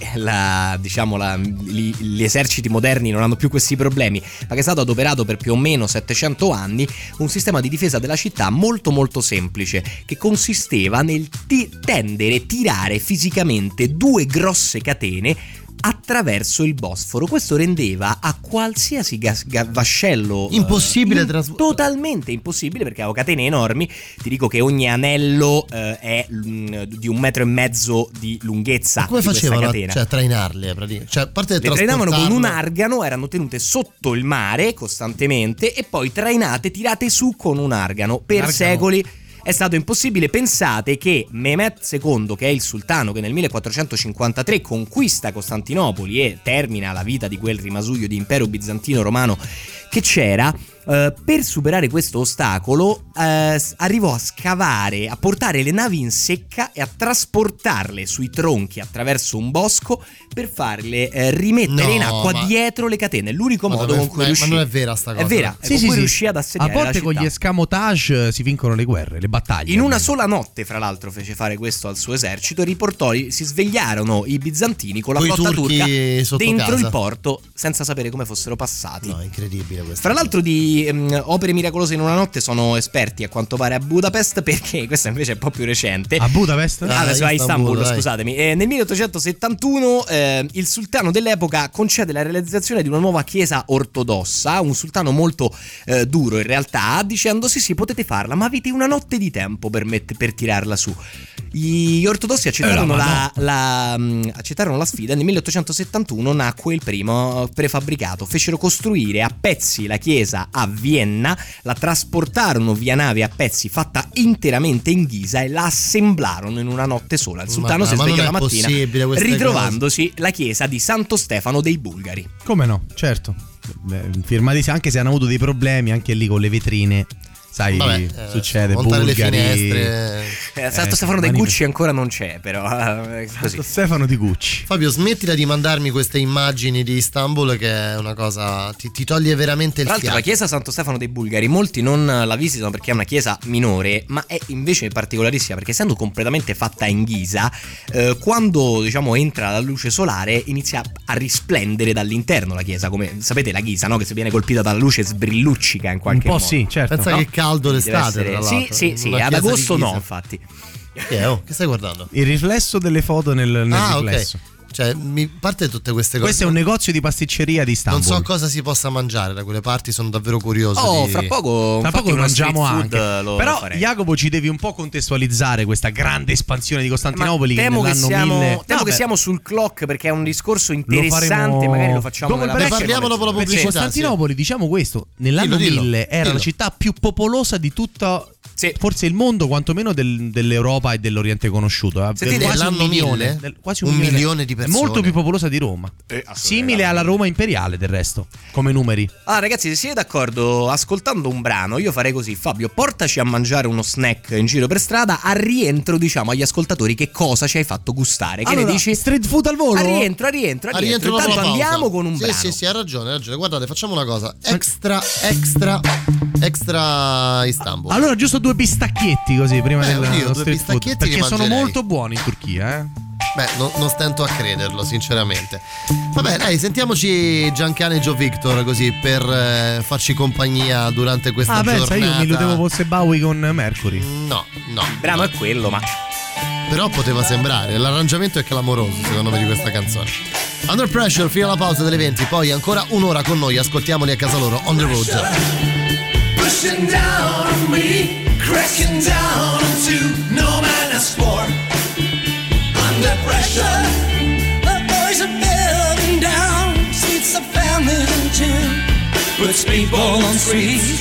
gli eserciti moderni non hanno più questi problemi, ma che è stato adoperato per più o meno 700 anni, un sistema di difesa della città molto molto semplice, che consisteva nel tirare fisicamente 2 grosse catene attraverso il Bosforo. Questo rendeva a qualsiasi vascello
impossibile
totalmente impossibile, perché avevo catene enormi. Ti dico che ogni anello è di 1,5 metri di lunghezza.
Come facevano
a
trainarle? A parte
le trainavano con un argano, erano tenute sotto il mare costantemente e poi tirate su con un argano per secoli. È stato impossibile. Pensate che Mehmet II, che è il sultano che nel 1453 conquista Costantinopoli e termina la vita di quel rimasuglio di impero bizantino romano che c'era. Per superare questo ostacolo arrivò a scavare, a portare le navi in secca e a trasportarle sui tronchi attraverso un bosco per farle rimettere in acqua dietro le catene. L'unico modo con cui riuscì.
Ma non è vera sta cosa?
È vera, con cui riuscì ad assediare
a volte
la
con
città.
gli escamotage si vincono le guerre, le battaglie.
In una sola notte, fra l'altro, fece fare questo al suo esercito e riportò, si svegliarono i bizantini con la flotta turca dentro il porto senza sapere come fossero passati.
No, incredibile questo.
Fra l'altro di opere miracolose in una notte sono esperti a quanto pare a Budapest, perché questa invece è un po' più recente.
A Budapest?
Adesso a Istanbul, scusatemi. Nel 1871 il sultano dell'epoca concede la realizzazione di una nuova chiesa ortodossa, un sultano molto duro in realtà, dicendo sì potete farla, ma avete una notte di tempo per tirarla su. Gli ortodossi accettarono la sfida e nel 1871 nacque il primo prefabbricato. Fecero costruire a pezzi la chiesa a Vienna, la trasportarono via nave a pezzi fatta interamente in ghisa e la assemblarono in una notte sola. Il sultano si svegliò la mattina ritrovandosi la chiesa di Santo Stefano dei Bulgari.
Come no, certo. Firmatissimo, anche se hanno avuto dei problemi anche lì con le vetrine. Sai, succede,
montare
bulgari,
le finestre.
Santo Stefano dei Gucci ancora non c'è, però così.
Santo Stefano di Gucci.
Fabio, smettila di mandarmi queste immagini di Istanbul, che è una cosa ti toglie veramente il
fiato. Tra l'altro la chiesa Santo Stefano dei Bulgari molti non la visitano perché è una chiesa minore, ma è invece particolarissima perché essendo completamente fatta in ghisa, quando diciamo entra la luce solare inizia a risplendere dall'interno la chiesa, come sapete la ghisa, no? Che se viene colpita dalla luce sbrilluccica in qualche modo.
Un po' sì, certo.
Pensa che caldo l'estate,
sì, ad agosto no, infatti.
Che stai guardando?
Il riflesso delle foto nel riflesso.
Okay. Cioè, mi parte tutte queste cose.
Questo è un negozio di pasticceria di Istanbul.
Non so cosa si possa mangiare da quelle parti, sono davvero curioso.
Fra poco
mangiamo anche. Però
farei.
Jacopo ci devi un po' contestualizzare questa grande espansione di Costantinopoli.
Temo
che nell'anno 1000
che siamo sul clock perché è un discorso interessante, magari lo facciamo
dopo ne parliamo dopo la pubblicità.
Costantinopoli, diciamo questo, nell'anno 1000 era la città più popolosa di tutta forse il mondo, quantomeno dell'Europa e dell'Oriente conosciuto.
Quasi un milione,
quasi
un milione di persone.
Molto più popolosa di Roma. Simile alla Roma imperiale, del resto, come numeri.
Ragazzi, se siete d'accordo, ascoltando un brano, io farei così: Fabio, portaci a mangiare uno snack in giro per strada. A rientro diciamo agli ascoltatori che cosa ci hai fatto gustare. Che ne dici?
Street food al volo?
A rientro. Intanto andiamo con un brano.
Sì, hai ragione. Guardate, facciamo una cosa: extra Istanbul.
Allora, giusto 2 pistacchietti così prima del
street food,
perché sono molto buoni in Turchia,
Beh, non stento a crederlo, sinceramente. Vabbè, dai, sentiamoci Giancarlo e Joe Victor così per farci compagnia durante questa giornata.
Io mi illudevo fosse Bowie con Mercury.
No.
Il brano è quello, ma
però poteva sembrare. L'arrangiamento è clamoroso, secondo me, di questa canzone. Under Pressure fino alla pausa delle 20, poi ancora un'ora con noi, ascoltiamoli a casa loro, On The Road.
Pushing down on me, cracking down into no man has for. Under pressure, the boys are building down, streets of famine too, puts people on streets.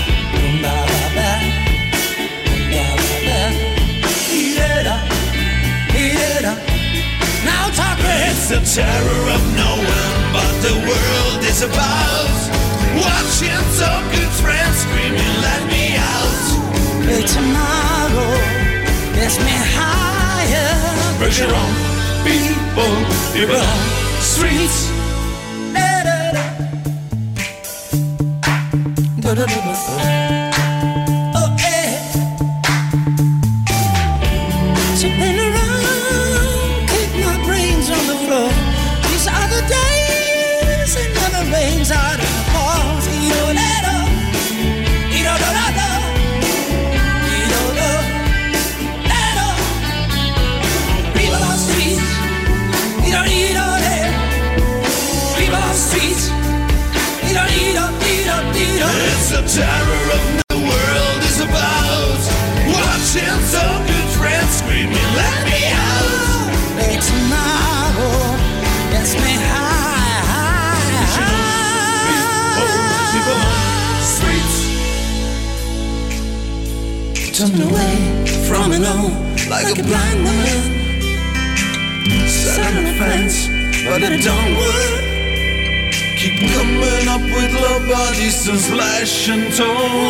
Now talk, it's the terror of no one, but the world is about watching some good friends screaming, let me out.
Hey, tomorrow, gets me higher.
Pressure on people on streets.
Oh, yeah. Spin around, kick my brains on the floor. These are the days it never rains out of the halls. People on streets, you don't need all that. People on streets, you don't need all.
It's the terror of the world is about watching some good friends screaming, let me out.
Hey, tomorrow, gets me high.
People on streets.
Turned away from it all like a blind man. Sat on a fence, but it don't work.
Keep coming up with love bodies and splash and tone.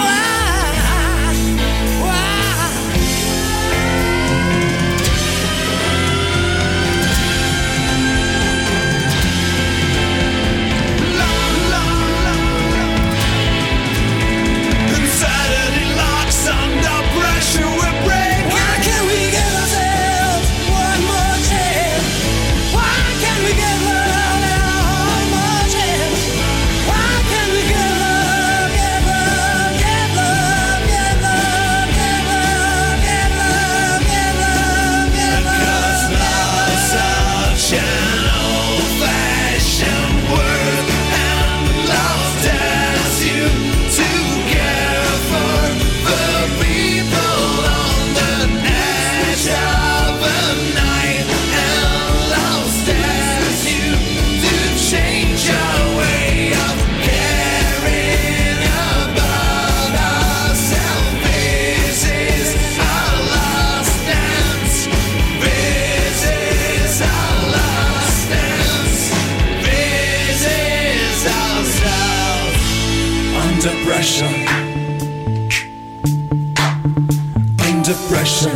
Under pressure.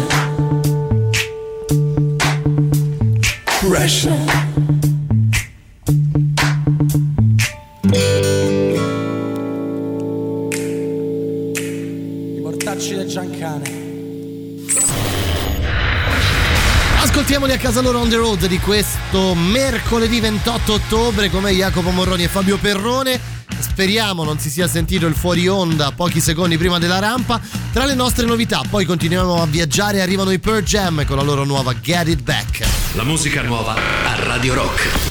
Pressure.
I mortacci del Giancane.
Ascoltiamoli a casa loro on the road di questo mercoledì 28 ottobre con me Jacopo Morroni e Fabio Perrone. Speriamo non si sia sentito il fuori onda pochi secondi prima della rampa. Tra le nostre novità poi continuiamo a viaggiare, arrivano i Pearl Jam con la loro nuova Get It Back.
La musica nuova a Radio Rock.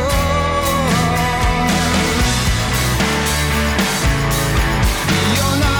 You're not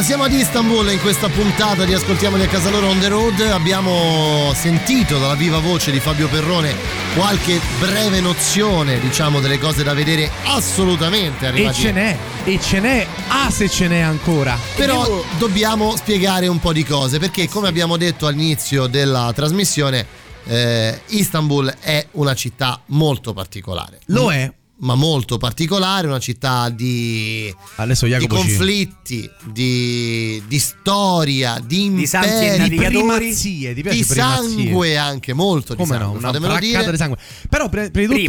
siamo ad Istanbul in questa puntata di Ascoltiamoli a casa loro on the road. Abbiamo sentito dalla viva voce di Fabio Perrone qualche breve nozione, diciamo, delle cose da vedere assolutamente arrivati.
E ce n'è, se ce n'è ancora.
Però dobbiamo spiegare un po' di cose, perché come abbiamo detto all'inizio della trasmissione, Istanbul è una città molto particolare.
Lo è.
Ma molto particolare, una città di conflitti, di storia, di imperi,
santi e navigatori,
di sangue, anche molto di sangue.
Una braccata di sangue. Però prima di tutto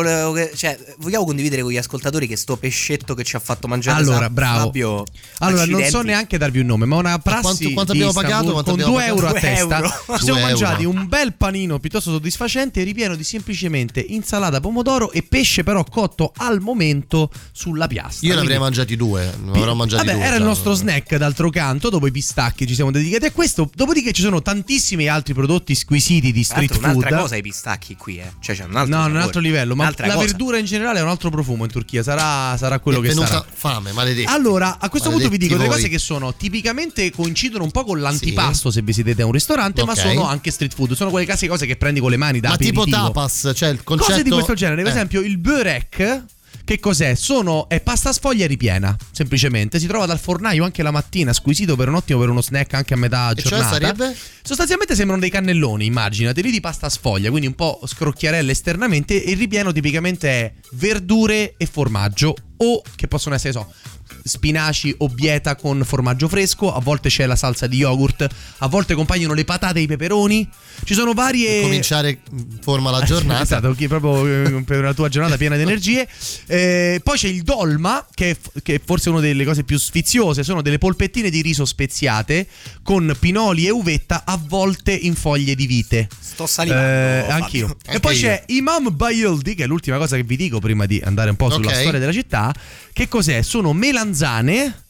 vogliamo condividere con gli ascoltatori che sto pescetto che ci ha fatto mangiare
bravo
Fabio.
Allora, non so neanche darvi un nome, ma una prassi
quanto abbiamo pagato?
Con 2 euro a testa. Ci siamo mangiati
euro.
un bel panino piuttosto soddisfacente, ripieno di semplicemente insalata, pomodoro e pesce, però cotto al momento sulla piastra.
Io ne avrei mangiati 2, ne avrò mangiati 2.
Era il nostro snack, d'altro canto. Dopo i pistacchi ci siamo dedicati a questo. Dopodiché ci sono tantissimi altri prodotti squisiti di street food.
Un'altra cosa i pistacchi qui, Cioè c'è un altro
livello. Ma la verdura in generale è un altro profumo in Turchia. Sarà quello che sarà.
È venuta fame, maledetti.
Allora, a questo punto vi dico
voi.
delle cose che sono tipicamente coincidono un po' con l'antipasto, se vi siedete a un ristorante, ma sono anche street food. Sono quelle classiche cose che prendi con le mani da aperitivo.
Tipo tapas, cioè il concetto.
Cose di questo genere, per esempio il börek. Che cos'è? È pasta sfoglia ripiena, semplicemente. Si trova dal fornaio anche la mattina, squisito per un ottimo per uno snack anche a metà giornata.
Cioè sarebbe?
Sostanzialmente sembrano dei cannelloni, immaginate, lì di pasta sfoglia, quindi un po' scrocchiarelle esternamente. E il ripieno tipicamente è verdure e formaggio, o che possono essere, spinaci o bieta con formaggio fresco. A volte c'è la salsa di yogurt, a volte compaiono le patate e i peperoni. Ci sono varie.
Per cominciare in forma la giornata.
Esatto, proprio per la tua giornata piena di energie. Poi c'è il dolma, che è forse una delle cose più sfiziose. Sono delle polpettine di riso speziate con pinoli e uvetta avvolte in foglie di vite.
Sto salivando.
Anch'io. E poi c'è Imam Bayildi, che è l'ultima cosa che vi dico prima di andare un po' sulla storia della città. Che cos'è? Sono melanzane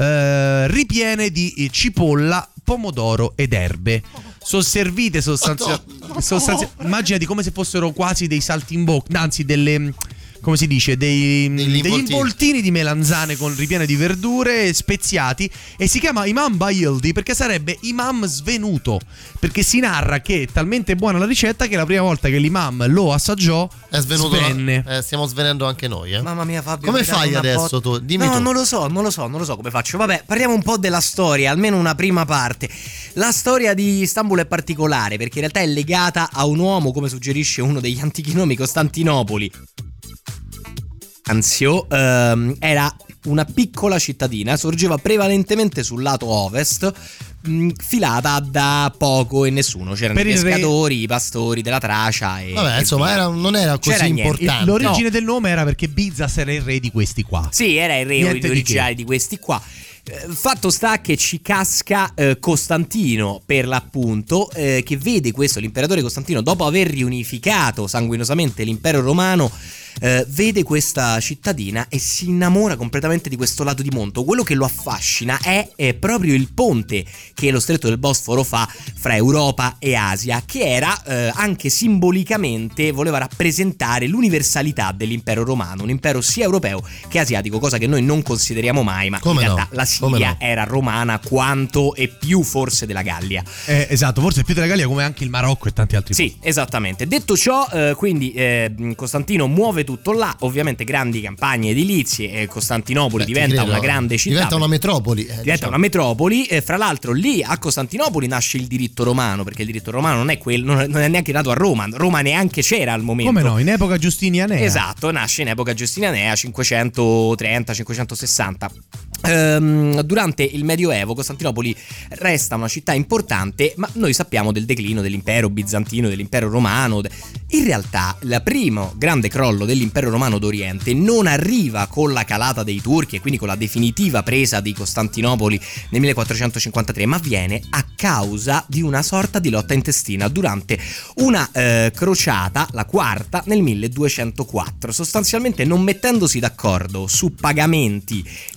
ripiene di cipolla, pomodoro ed erbe. Sono servite sostanzialmente. Immaginati come se fossero quasi dei saltimbocca, anzi delle. Come si dice? Degli involtini di melanzane con ripiene di verdure speziati. E si chiama Imam Bayildi perché sarebbe imam svenuto, perché si narra che è talmente buona la ricetta che la prima volta che l'imam lo assaggiò
è svenuto.
Svenne.
Stiamo svenendo anche noi,
Mamma mia, Fabio,
come fai adesso tu? Dimmi tu.
Non lo so come faccio. Vabbè, parliamo un po' della storia, almeno una prima parte. La storia di Istanbul è particolare perché in realtà è legata a un uomo, come suggerisce uno degli antichi nomi, Costantinopoli. Anzio, era una piccola cittadina, sorgeva prevalentemente sul lato ovest, filata da poco e nessuno. C'erano i pescatori, i pastori della Tracia e
vabbè, insomma, non era così importante.
L'origine del nome era perché Bizas era il re di questi qua.
Sì, era il re originale di questi qua. Fatto sta che ci casca Costantino, per l'appunto, che vede questo, l'imperatore Costantino, dopo aver riunificato sanguinosamente l'impero romano, vede questa cittadina e si innamora completamente di questo lato di mondo. Quello che lo affascina è proprio il ponte che lo stretto del Bosforo fa fra Europa e Asia, che era anche simbolicamente voleva rappresentare l'universalità dell'impero romano, un impero sia europeo che asiatico, cosa che noi non consideriamo mai, ma in realtà la Siria era romana quanto e più forse della Gallia.
Esatto, forse più della Gallia, come anche il Marocco e tanti altri
posti. Sì, esattamente. Detto ciò, quindi Costantino muove tutto là, ovviamente grandi campagne edilizie, e Costantinopoli diventa una grande città,
diventa una metropoli,
una metropoli. Fra l'altro lì a Costantinopoli nasce il diritto romano, perché il diritto romano non è neanche nato a Roma neanche c'era al momento.
Come no, in epoca giustinianea.
Esatto, nasce in epoca giustinianea 530-560. Durante il Medioevo Costantinopoli resta una città importante, ma noi sappiamo del declino dell'impero bizantino, dell'impero romano. In realtà il primo grande crollo dell'impero romano d'Oriente non arriva con la calata dei turchi e quindi con la definitiva presa di Costantinopoli nel 1453, ma avviene a causa di una sorta di lotta intestina durante una crociata, la quarta, nel 1204, sostanzialmente non mettendosi d'accordo su pagamenti e comandamenti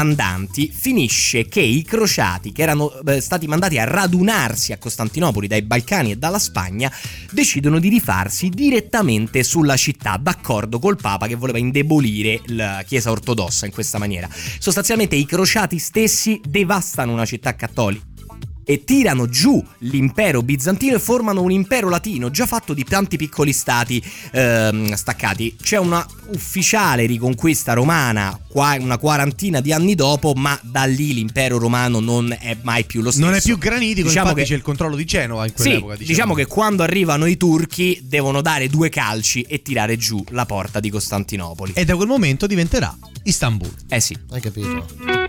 mandanti, finisce che i crociati che erano stati mandati a radunarsi a Costantinopoli dai Balcani e dalla Spagna decidono di rifarsi direttamente sulla città, d'accordo col Papa che voleva indebolire la Chiesa ortodossa in questa maniera. Sostanzialmente i crociati stessi devastano una città cattolica e tirano giù l'impero bizantino e formano un impero latino già fatto di tanti piccoli stati staccati. C'è una ufficiale riconquista romana una quarantina di anni dopo, ma da lì l'impero romano non è mai più lo stesso.
Non è più granitico,
diciamo
infatti
che
c'è il controllo di Genova in quell'epoca.
Diciamo che quando arrivano i turchi devono dare 2 calci e tirare giù la porta di Costantinopoli.
E da quel momento diventerà Istanbul.
Sì.
Hai capito?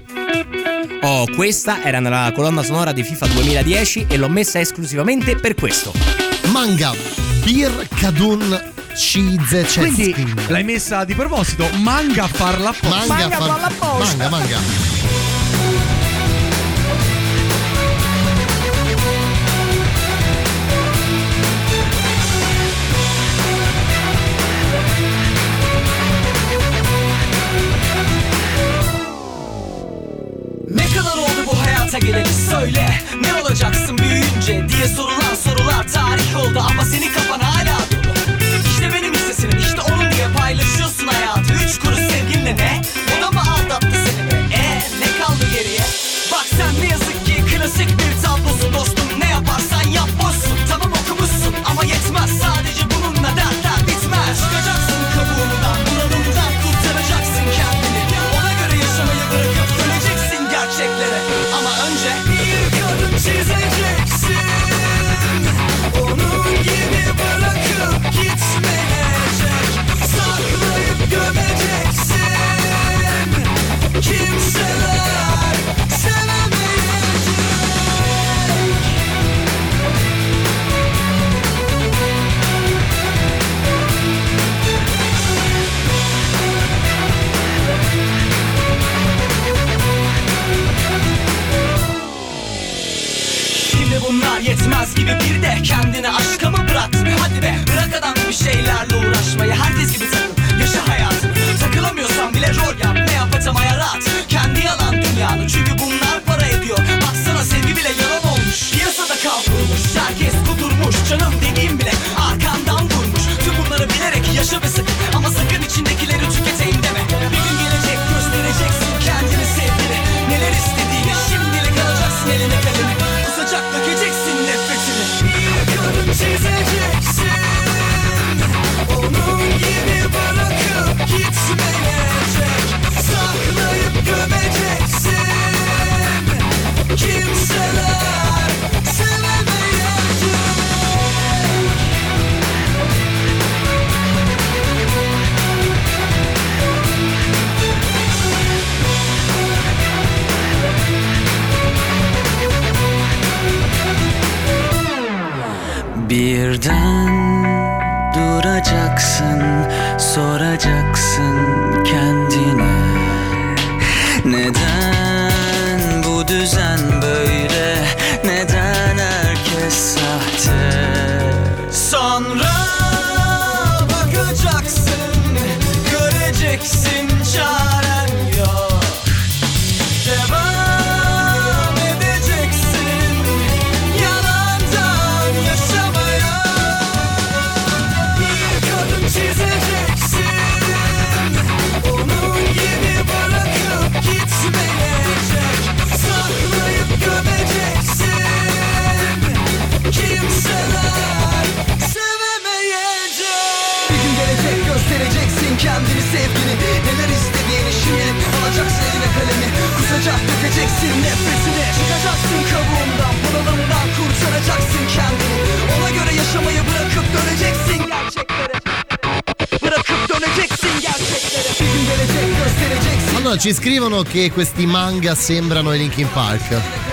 Questa era nella colonna sonora di FIFA 2010 e l'ho messa esclusivamente per questo.
Manga Bir Kadun Shizeceskin.
Quindi l'hai messa di proposito, manga a farla apposta.
Manga.
Ne kadar oldu bu hayata geleli söyle, ne olacaksın büyüyünce diye sorulan sorular tarih oldu ama senin kafan hala dolu. İşte benim hissesinim, işte onun diye paylaşıyorsun hayatı. 3 kuruş sevginle ne? O da mı aldattı seni be? Ne kaldı geriye? Bak sen ne yazık ki klasik bir tablosun dostum. Ne yaparsan yap boşsun, tamam okumuşsun ama yetmez. Sadece bununla dertler bitmez. Çıkacaksın kabuğundan, bunalımdan kurtaracaksın kendini. Ona göre yaşamayı bırakıp döneceksin gerçeklere. Ama önce bir kadın çizeceksin. Onun gibi bırakıp gitmeyecek. Saklayıp gömeceksin. Kimseler sevemeyecek. Şimdi bunlar yetmez gibi bir de kendini aşka mı bıraktın? Hadi be bırak adam bir şeylerle uğraşmayı. Herkes gibi takıl, yaşa hayatını. Takılamıyorsan bile rol yap, ne yapacağım hayat. Kendi yalan dünyanı, çünkü bunlar para ediyor. Baksana sevgi bile yalan olmuş. Piyasada kavrulmuş, herkes kudurmuş. Canım dediğim bile arkandan vurmuş. Tüm bunları bilerek yaşa ve sık, ama sakın içindekileri tüketeyim deme. Bir gün gelecek göstereceksin kendini sevgili. Neler istediğini şimdilik alacaksın eline kalemi. Kusacak dökeceksin nefretini. Bir kadın çizeceksin. Onun gibi bırakıp gitmeyecek. Saklayıp gömeceksin. Kimseler sevemeyecek.
Birden duracaksın, soracaksın kendine. Neden bu düzen böyle? Neden herkes sahte?
Sonra bakacaksın, göreceksin çaren yok. Devam edeceksin yalandan yaşamaya. Bir kadın çizeceksin. Onun gibi bırakıp gitmeyecek. Saklayıp gömeceksin. Kimseler sevemeyecek. Bir gün gelecek göstereceksin kendini sevgini. Neler istediğini şimdi alacaksın eline kalemi. Kusacak dökeceksin nefretini. Çıkacaksın kabuğundan, bunalımdan kurtaracaksın kendini. Ona göre yaşamayı bırakıp döneceksin gerçeklere. Bırakıp döneceksin gerçeklere. Bir gün gelecek göstereceksin.
Allora ci scrivono che questi manga sembrano i Linkin Park.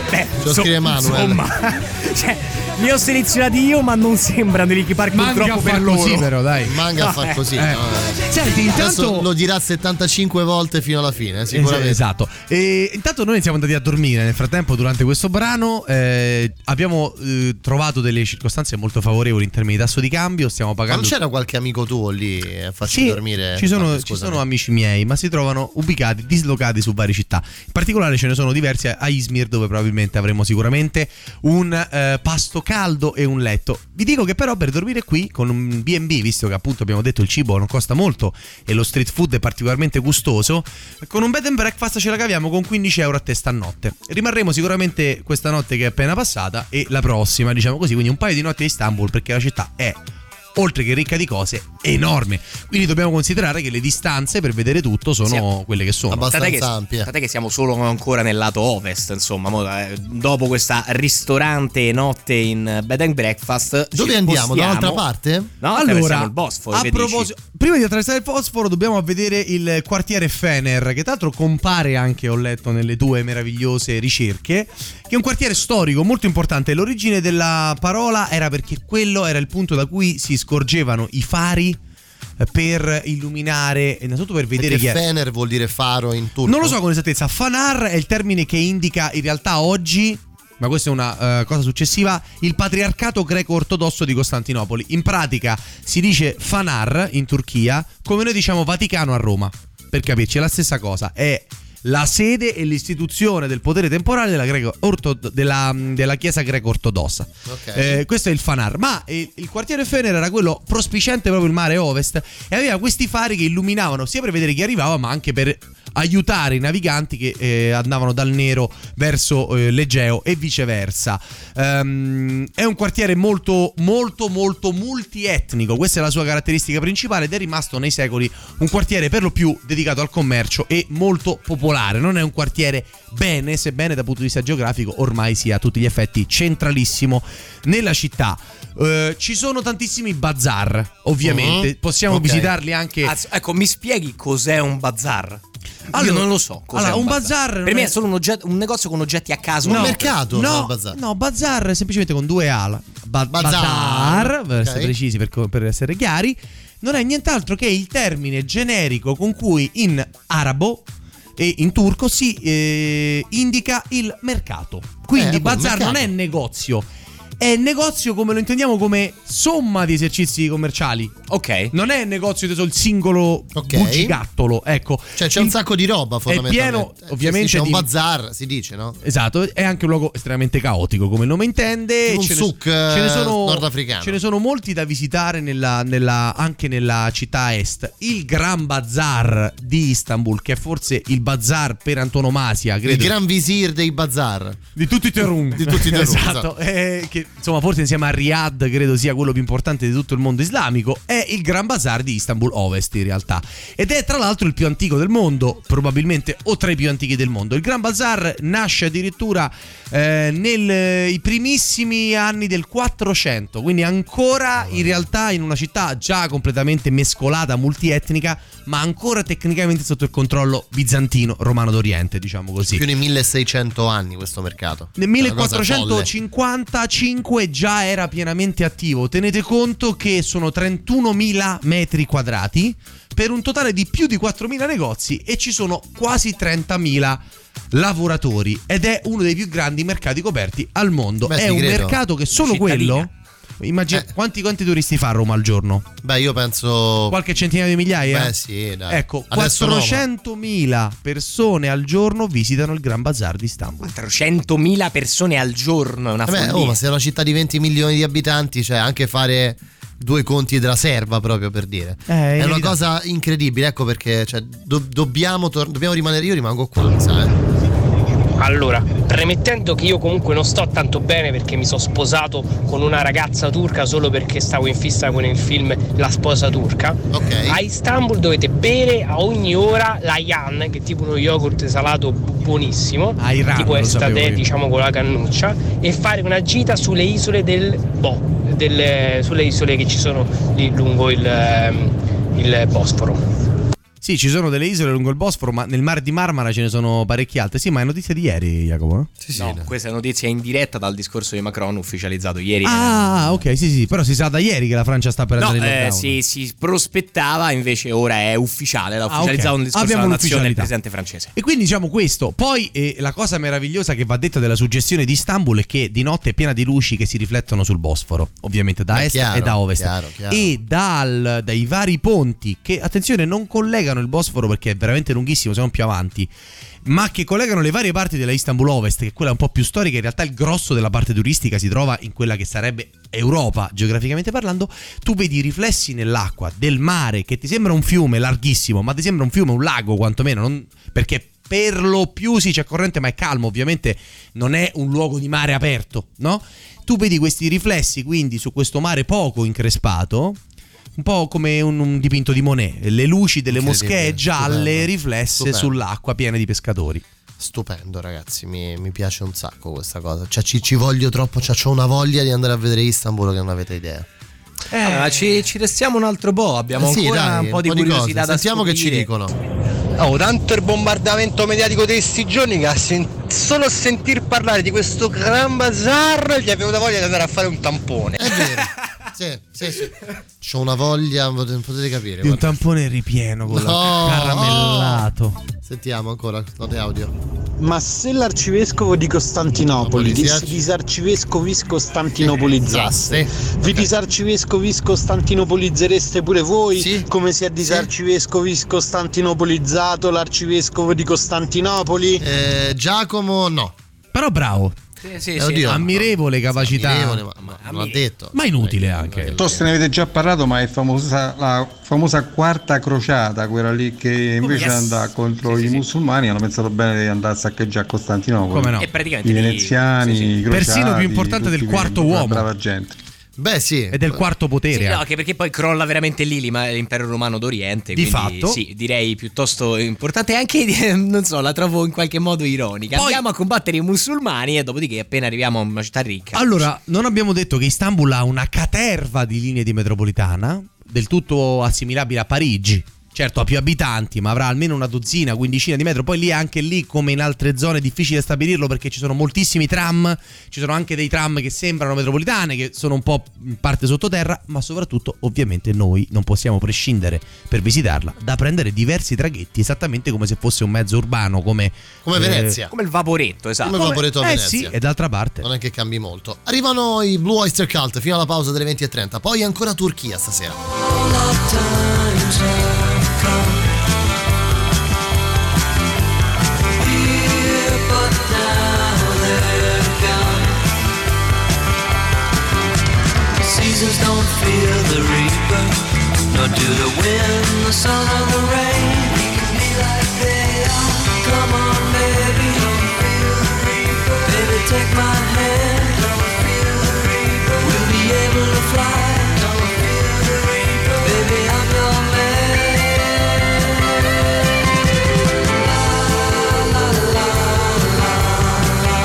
lo scrive Manuel.
Insomma, cioè, li ho selezionati io, ma non sembrano di Linkin Park purtroppo per loro.
Così però, dai.
Manga a far così.
Senti, intanto
adesso lo dirà 75 volte fino alla fine, sicuramente.
Esatto. E intanto noi siamo andati a dormire. Nel frattempo, durante questo brano, abbiamo trovato delle circostanze molto favorevoli in termini di tasso di cambio. Stiamo pagando.
Ma non c'era qualche amico tuo lì a farci dormire?
Ci sono amici miei, ma si trovano ubicati, dislocati su varie città. In particolare ce ne sono diversi a Izmir, dove probabilmente avremo sicuramente un pasto caldo e un letto. Vi dico che però per dormire qui con un B&B, visto che appunto abbiamo detto il cibo non costa molto e lo street food è particolarmente gustoso, con un bed and breakfast ce la caviamo con 15 euro a testa a notte. Rimarremo sicuramente questa notte che è appena passata e la prossima, diciamo così, quindi un paio di notti a Istanbul, perché la città è, oltre che ricca di cose, enorme. Quindi dobbiamo considerare che le distanze per vedere tutto sono quelle che sono.
Abbastanza ampie.
Tant'è che siamo solo ancora nel lato ovest, insomma. Dopo questa ristorante notte in bed and breakfast,
dove andiamo? Dall'altra parte?
No, allora, il Bosforo.
A proposito, prima di attraversare il Bosforo dobbiamo vedere il quartiere Fener, che tra l'altro compare anche, ho letto nelle tue meravigliose ricerche, che è un quartiere storico molto importante. L'origine della parola era perché quello era il punto da cui si scorgevano i fari per illuminare, innanzitutto per vedere
che Fener vuol dire faro in turco.
Non lo so con esattezza. Fanar è il termine che indica in realtà oggi, ma questa è una cosa successiva, il patriarcato greco-ortodosso di Costantinopoli. In pratica si dice Fanar in Turchia come noi diciamo Vaticano a Roma, per capirci è la stessa cosa, è la sede e l'istituzione del potere temporale della Chiesa greco-ortodossa.
Okay.
Questo è il Fanar. Ma il quartiere Fener era quello prospiciente proprio il mare ovest e aveva questi fari che illuminavano sia per vedere chi arrivava, ma anche per aiutare i naviganti che andavano dal Nero verso l'Egeo e viceversa. È un quartiere molto molto molto multietnico, questa è la sua caratteristica principale, ed è rimasto nei secoli un quartiere per lo più dedicato al commercio e molto popolare. Non è un quartiere bene, sebbene dal punto di vista geografico ormai sia a tutti gli effetti centralissimo nella città. Ci sono tantissimi bazar, ovviamente. Possiamo visitarli anche.
Ecco, mi spieghi cos'è un bazar? Allora, io non lo so.
Allora, un bazar
per me è solo un negozio con oggetti a caso.
Un mercato.
No, bazar è semplicemente con due A. Bazar, per essere precisi, per essere chiari, non è nient'altro che il termine generico con cui in arabo e in turco si indica il mercato. Quindi bazar non è negozio. È negozio come lo intendiamo, come somma di esercizi commerciali.
Ok.
Non è negozio del singolo bugigattolo. Ecco.
Cioè c'è un sacco di roba fondamentalmente.
È pieno, ovviamente.
C'è un bazar, si dice, no?
Esatto. È anche un luogo estremamente caotico, come il nome intende.
Un souk nordafricano.
Ce ne sono molti da visitare anche nella città est. Il Gran Bazar di Istanbul, che è forse il bazar per antonomasia, credo.
Il Gran Visir dei bazar.
Di tutti i Terun.
Esatto.
Che insomma forse insieme a Riyadh credo sia quello più importante di tutto il mondo islamico, è il Gran Bazar di Istanbul Ovest in realtà, ed è tra l'altro il più antico del mondo, probabilmente, o tra i più antichi del mondo. Il Gran Bazar nasce addirittura nei primissimi anni del 400, quindi ancora in realtà in una città già completamente mescolata, multietnica, ma ancora tecnicamente sotto il controllo bizantino, romano d'Oriente, diciamo così.
Più di 1600 anni questo mercato.
Nel 1455 già era pienamente attivo. Tenete conto che sono 31.000 metri quadrati per un totale di più di 4.000 negozi e ci sono quasi 30.000 lavoratori, ed è uno dei più grandi mercati coperti al mondo. È un mercato che solo quello. Immagina quanti turisti fa a Roma al giorno?
Beh, io penso
qualche centinaia di migliaia.
Beh, sì, dai.
Ecco, 400.000 persone al giorno visitano il Gran Bazar di Istanbul.
400.000 persone al giorno, è una follia.
Ma se è una città di 20 milioni di abitanti, cioè anche fare due conti della serva, proprio per dire, è una cosa incredibile. Ecco perché dobbiamo rimanere. Io rimango qua, mi sa,
Allora, premettendo che io comunque non sto tanto bene perché mi sono sposato con una ragazza turca solo perché stavo in fissa con il film La sposa turca. A Istanbul dovete bere a ogni ora la Yan, che è tipo uno yogurt salato buonissimo, tipo estate, diciamo, con la cannuccia, e fare una gita sulle isole sulle isole che ci sono lì lungo il Bosforo.
Sì, ci sono delle isole lungo il Bosforo, ma nel Mar di Marmara ce ne sono parecchie altre. Sì, ma è notizia di ieri, Jacopo?
Sì, no, questa è notizia in diretta dal discorso di Macron ufficializzato ieri.
Ah, ok, sì, però si sa da ieri che la Francia sta per andare in lockdown.
Si prospettava, invece ora è ufficiale, l'ha ufficializzato nel discorso della nazione del presidente francese.
E quindi diciamo questo. Poi la cosa meravigliosa che va detta della suggestione di Istanbul è che di notte è piena di luci che si riflettono sul Bosforo, ovviamente da est e da ovest.
Chiaro.
E dai vari ponti che, attenzione, non collegano il Bosforo perché è veramente lunghissimo, siamo più avanti, ma che collegano le varie parti della Istanbul Ovest, che è quella un po' più storica. In realtà il grosso della parte turistica si trova in quella che sarebbe Europa, geograficamente parlando. Tu vedi i riflessi nell'acqua del mare, che ti sembra un fiume larghissimo, ma ti sembra un fiume, un lago quantomeno, perché per lo più sì c'è corrente, ma è calmo, ovviamente non è un luogo di mare aperto, no? Tu vedi questi riflessi quindi su questo mare poco increspato, un po' come un dipinto di Monet, le luci delle moschee gialle riflesse sull'acqua piena di pescatori.
Stupendo, ragazzi, mi piace un sacco questa cosa. Cioè ci voglio troppo, c'ho una voglia di andare a vedere Istanbul che non avete idea.
Ci restiamo un altro po', abbiamo ancora un po' di curiosità da
sentiamo
scoprire.
che ci dicono.
Tanto il bombardamento mediatico di questi giorni che solo a sentir parlare di questo Gran Bazar gli è venuta voglia di andare a fare un tampone.
È vero. Sì. C'ho una voglia, potete capire.
Di un tampone ripieno con caramellato.
Sentiamo ancora, note audio.
Ma se l'arcivescovo di Costantinopoli disarcivescovis costantinopolizzasse, vi disarcivescovis costantinopolizzereste pure voi? Sì. Come si è disarcivescovis costantinopolizzato l'arcivescovo di Costantinopoli?
Giacomo no.
Però bravo.
Sì,
ammirevole capacità.
Ammirevole, ma non l'ha detto.
Ma inutile anche.
Piuttosto ne avete già parlato, ma è la famosa quarta crociata, quella lì che invece andava contro i musulmani, hanno pensato bene di andare a saccheggiare Costantinopoli.
Come no?
E praticamente
i veneziani, i crociati,
persino più importante del quarto uomo.
Brava gente.
Beh sì.
È del quarto potere.
Sì, no, anche perché poi crolla veramente lì l'impero romano d'Oriente.
Di
quindi,
fatto.
sì, direi piuttosto importante. E anche, non so, la trovo in qualche modo ironica. Poi andiamo a combattere i musulmani e dopodiché appena arriviamo a una città ricca.
Allora, non abbiamo detto che Istanbul ha una caterva di linee di metropolitana, del tutto assimilabile a Parigi. Certo, ha più abitanti, ma avrà almeno una dozzina, quindicina di metro. Poi lì, anche lì, come in altre zone, è difficile stabilirlo perché ci sono moltissimi tram. Ci sono anche dei tram che sembrano metropolitane, che sono un po' in parte sottoterra. Ma soprattutto, ovviamente, noi non possiamo prescindere, per visitarla, da prendere diversi traghetti, esattamente come se fosse un mezzo urbano, come
Venezia.
Come il vaporetto, esatto.
Come il vaporetto a Venezia.
Sì, e d'altra parte
non è che cambi molto. Arrivano i Blue Oyster Cult fino alla pausa delle 20:30. Poi ancora Turchia stasera.
Seasons don't fear the reaper, nor do the wind, the sun, or the rain. We can be like they are. Come on, baby, don't feel the reaper. Baby, take my hand, don't feel the reaper. We'll be able to fly, don't feel the reaper. Baby, I'm your man. La la la la la.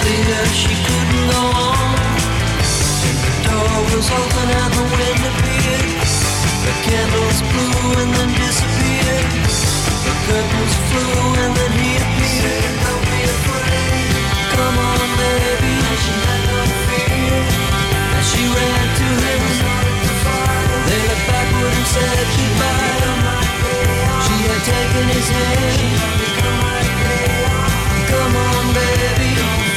fear she couldn't go on. The door was open and the wind appeared. The candles blew and then disappeared. The curtains flew and then he appeared. Don't be afraid, come on baby. And she had no fear. And she ran to him. They looked backward and said goodbye. She had taken his hand. Come on baby.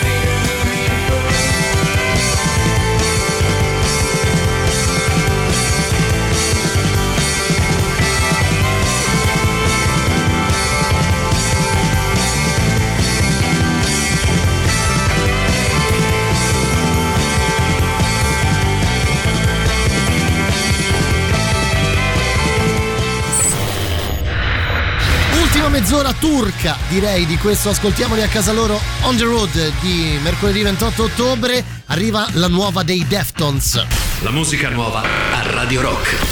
Mezz'ora turca, direi, di questo Ascoltiamoli a casa loro on the road di mercoledì 28 ottobre. Arriva la nuova dei Deftones.
La musica nuova a Radio Rock.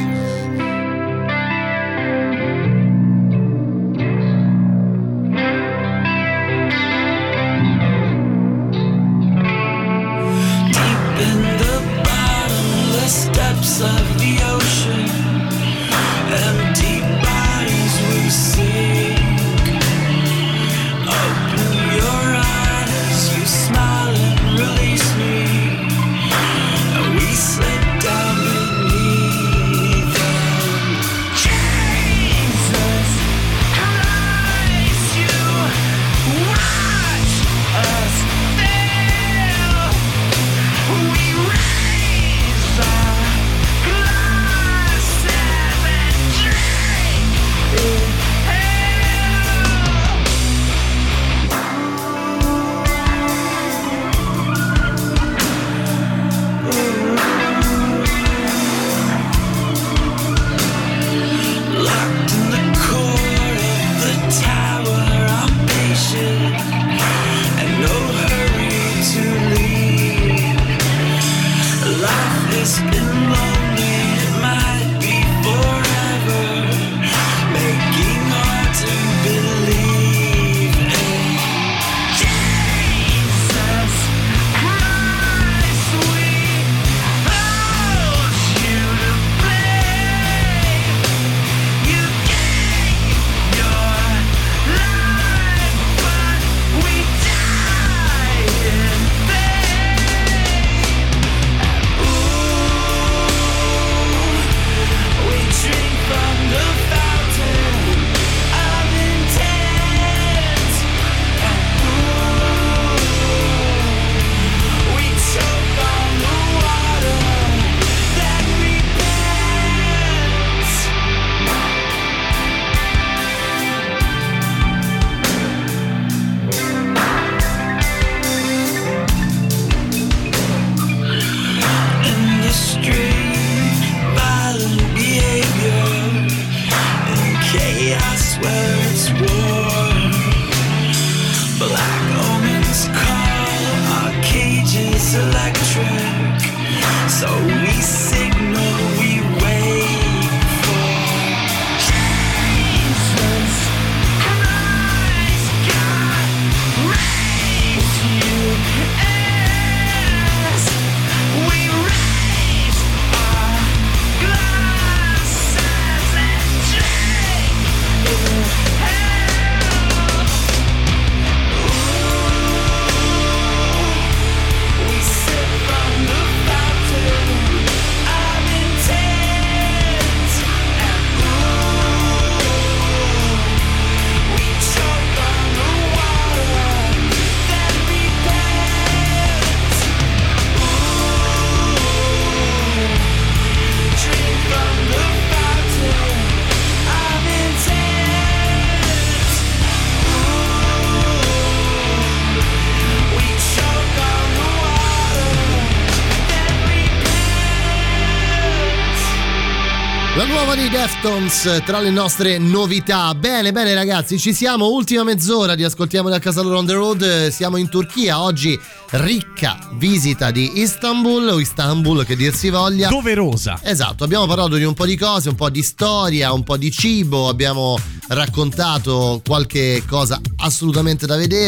La nuova dei Deftones tra le nostre novità. Bene, bene ragazzi, ci siamo, ultima mezz'ora di Ascoltiamoli a casa loro on the road. Siamo in Turchia, oggi ricca visita di Istanbul, o Istanbul che dir si voglia.
Doverosa.
Esatto, abbiamo parlato di un po' di cose, un po' di storia, un po' di cibo, abbiamo raccontato qualche cosa assolutamente da vedere.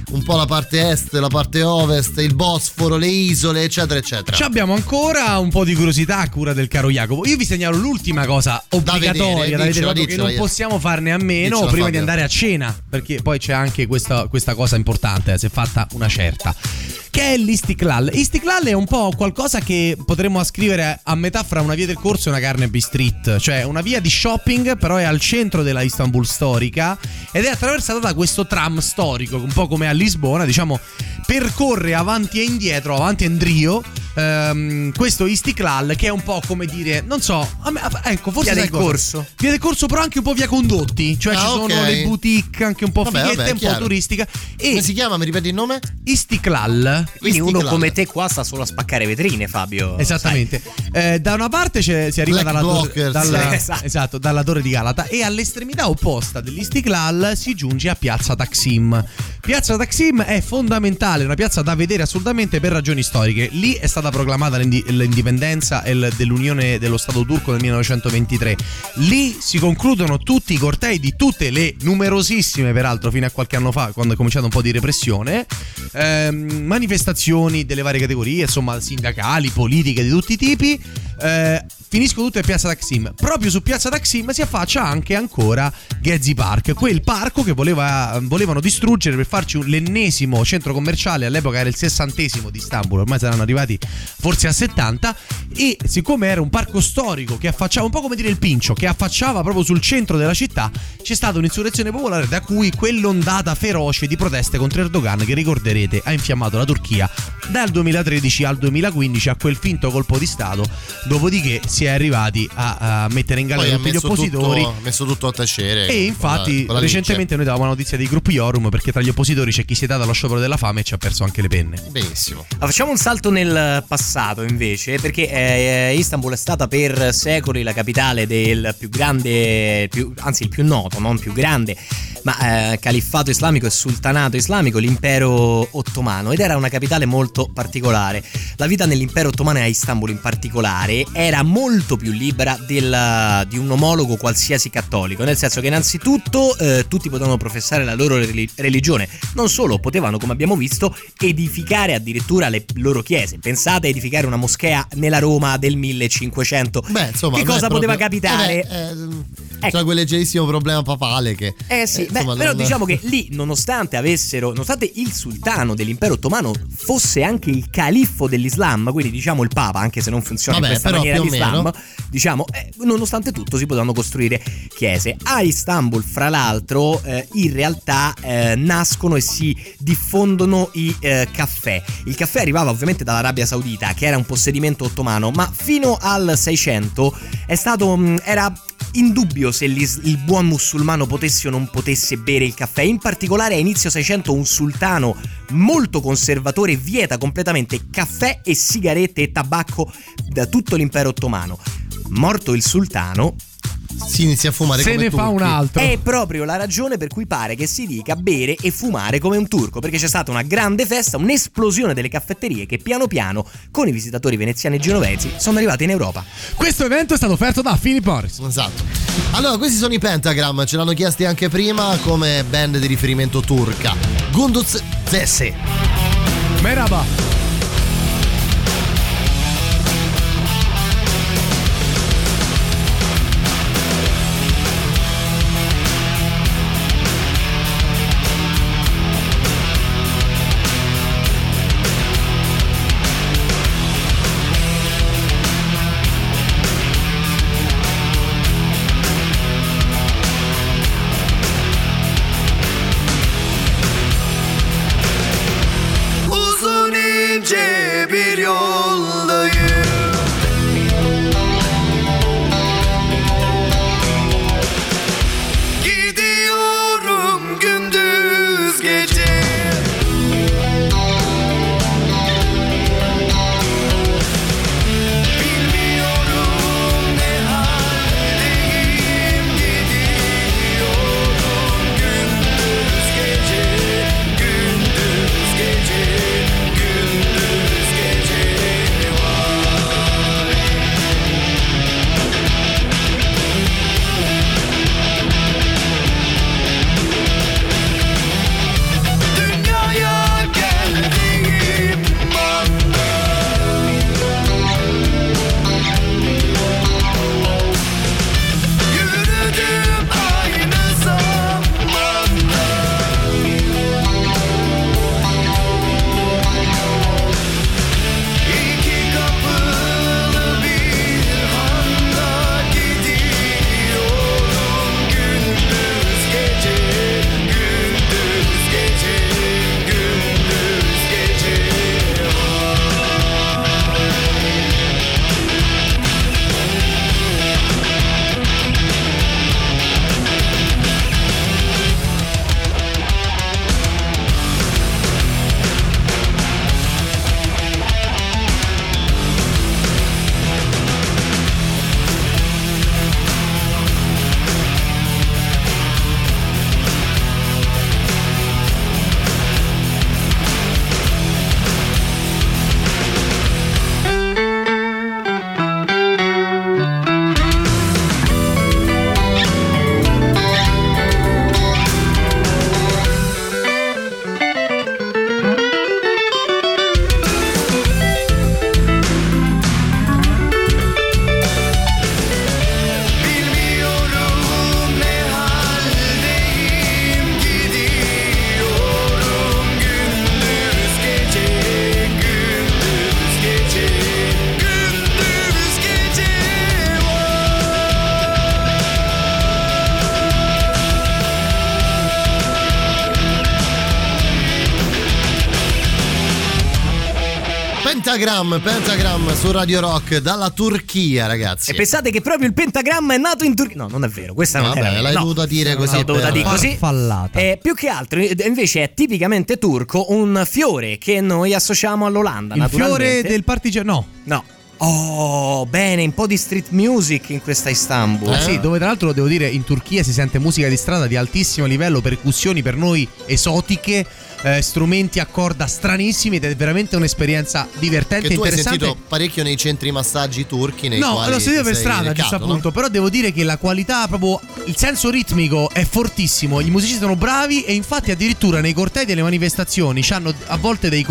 un po' la parte est, la parte ovest, il Bosforo, le isole, eccetera eccetera.
Ci abbiamo ancora un po' di curiosità a cura del caro Jacopo. Io vi segnalo l'ultima cosa obbligatoria da vedere, che non possiamo farne a meno prima di andare a cena, perché poi c'è anche questa cosa importante, si è fatta una certa, che è l'Istiklal. Istiklal è un po' qualcosa che potremmo ascrivere a metà fra una via del corso e una Carnaby Street, cioè una via di shopping, però è al centro della Istanbul storica ed è attraversata da questo tram storico, un po' come a Lisbona, diciamo, percorre avanti e indietro, avanti e indrio, questo Istiklal, che è un po' come dire, non so, ecco, forse
via del corso.
Via del corso, però anche un po' via Condotti, cioè ci sono le boutique anche un po' fighette, un po' turistica. E
come si chiama? Mi ripeti il nome?
Istiklal. Quindi uno come te qua sta solo a spaccare vetrine, Fabio.
Esattamente. Da una parte si arriva dalla torre di Galata, e all'estremità opposta dell'Istiklal si giunge a Piazza Taksim. Piazza Taksim è fondamentale, una piazza da vedere assolutamente per ragioni storiche. Lì è stata proclamata l'indipendenza dell'Unione dello Stato turco nel 1923. Lì si concludono tutti i cortei di tutte le numerosissime, peraltro fino a qualche anno fa, quando è cominciato un po' di repressione, manifestazioni delle varie categorie, insomma sindacali, politiche di tutti i tipi, finiscono tutte a Piazza Taksim. Proprio su Piazza Taksim si affaccia anche ancora Gezi Park, quel parco che volevano distruggere per farci l'ennesimo centro commerciale. All'epoca era il 60° di Istanbul, ormai saranno arrivati forse a 70, e siccome era un parco storico che affacciava un po' come dire il Pincio, che affacciava proprio sul centro della città, c'è stata un'insurrezione popolare da cui quell'ondata feroce di proteste contro Erdogan, che ricorderete ha infiammato la Turchia dal 2013 al 2015 a quel finto colpo di stato, dopodiché si è arrivati a mettere in galera tutti gli oppositori,
ha messo tutto a tacere,
e infatti recentemente noi davamo notizia dei gruppi Iorum, perché tra gli oppositori c'è chi si è dato allo sciopero della fame e ci ha perso anche le penne.
Benissimo.
Facciamo un salto nel passato invece, perché Istanbul è stata per secoli la capitale del più grande, anzi il più noto, non più grande, ma califfato islamico e sultanato islamico, l'impero ottomano, ed era una capitale molto particolare. La vita nell'impero ottomano, a Istanbul in particolare, era molto più libera di un omologo qualsiasi cattolico, nel senso che innanzitutto tutti potevano professare la loro religione, non solo, potevano, come abbiamo visto, edificare addirittura le loro chiese. Pensate a edificare una moschea nella Roma del 1500.
Beh, insomma,
che cosa poteva capitare?
C'è quel leggerissimo problema papale che
insomma, però diciamo che lì, nonostante il sultano dell'impero ottomano fosse anche il califfo dell'Islam, quindi diciamo il papa, anche se non funziona in questa maniera l'Islam, diciamo, nonostante tutto si potevano costruire chiese. A Istanbul, fra l'altro, in realtà nascono e si diffondono i caffè. Il caffè arrivava ovviamente dall'Arabia Saudita, che era un possedimento ottomano, ma fino al 600 era indubbio se il buon musulmano potesse o non potesse bere il caffè. In particolare a inizio 600 un sultano molto conservatore vieta completamente caffè e sigarette e tabacco da tutto l'impero ottomano. Morto il sultano,
si inizia a fumare
se
come
ne
turchi.
Fa un altro.
È proprio la ragione per cui pare che si dica bere e fumare come un turco, perché c'è stata una grande festa, un'esplosione delle caffetterie che piano piano, con i visitatori veneziani e genovesi, sono arrivati in Europa.
Questo evento è stato offerto da Philip Morris.
Esatto. Allora, questi sono i Pentagram, ce l'hanno chiesti anche prima come band di riferimento turca. Gündüz Sesi.
Merhaba.
Uzun
Pentagram su Radio Rock dalla Turchia, ragazzi.
E pensate che proprio il pentagramma è nato in Turchia? No, non è vero, questa non era.
L'hai dovuta dire così.
L'ho dovuta dire così.
Fallata.
Più che altro, invece, è tipicamente turco un fiore che noi associamo all'Olanda.
Il fiore del partigiano?
No. Oh, bene, un po' di street music in questa Istanbul.
Sì, dove tra l'altro devo dire in Turchia si sente musica di strada di altissimo livello, percussioni per noi esotiche, strumenti a corda stranissimi, ed è veramente un'esperienza divertente,
che tu
interessante.
Hai sentito parecchio nei centri massaggi turchi nei
No,
quali
l'ho sentito per strada,
recato,
giusto appunto, però devo dire che la qualità, proprio il senso ritmico è fortissimo, i musicisti sono bravi e infatti addirittura nei cortei delle manifestazioni hanno a volte dei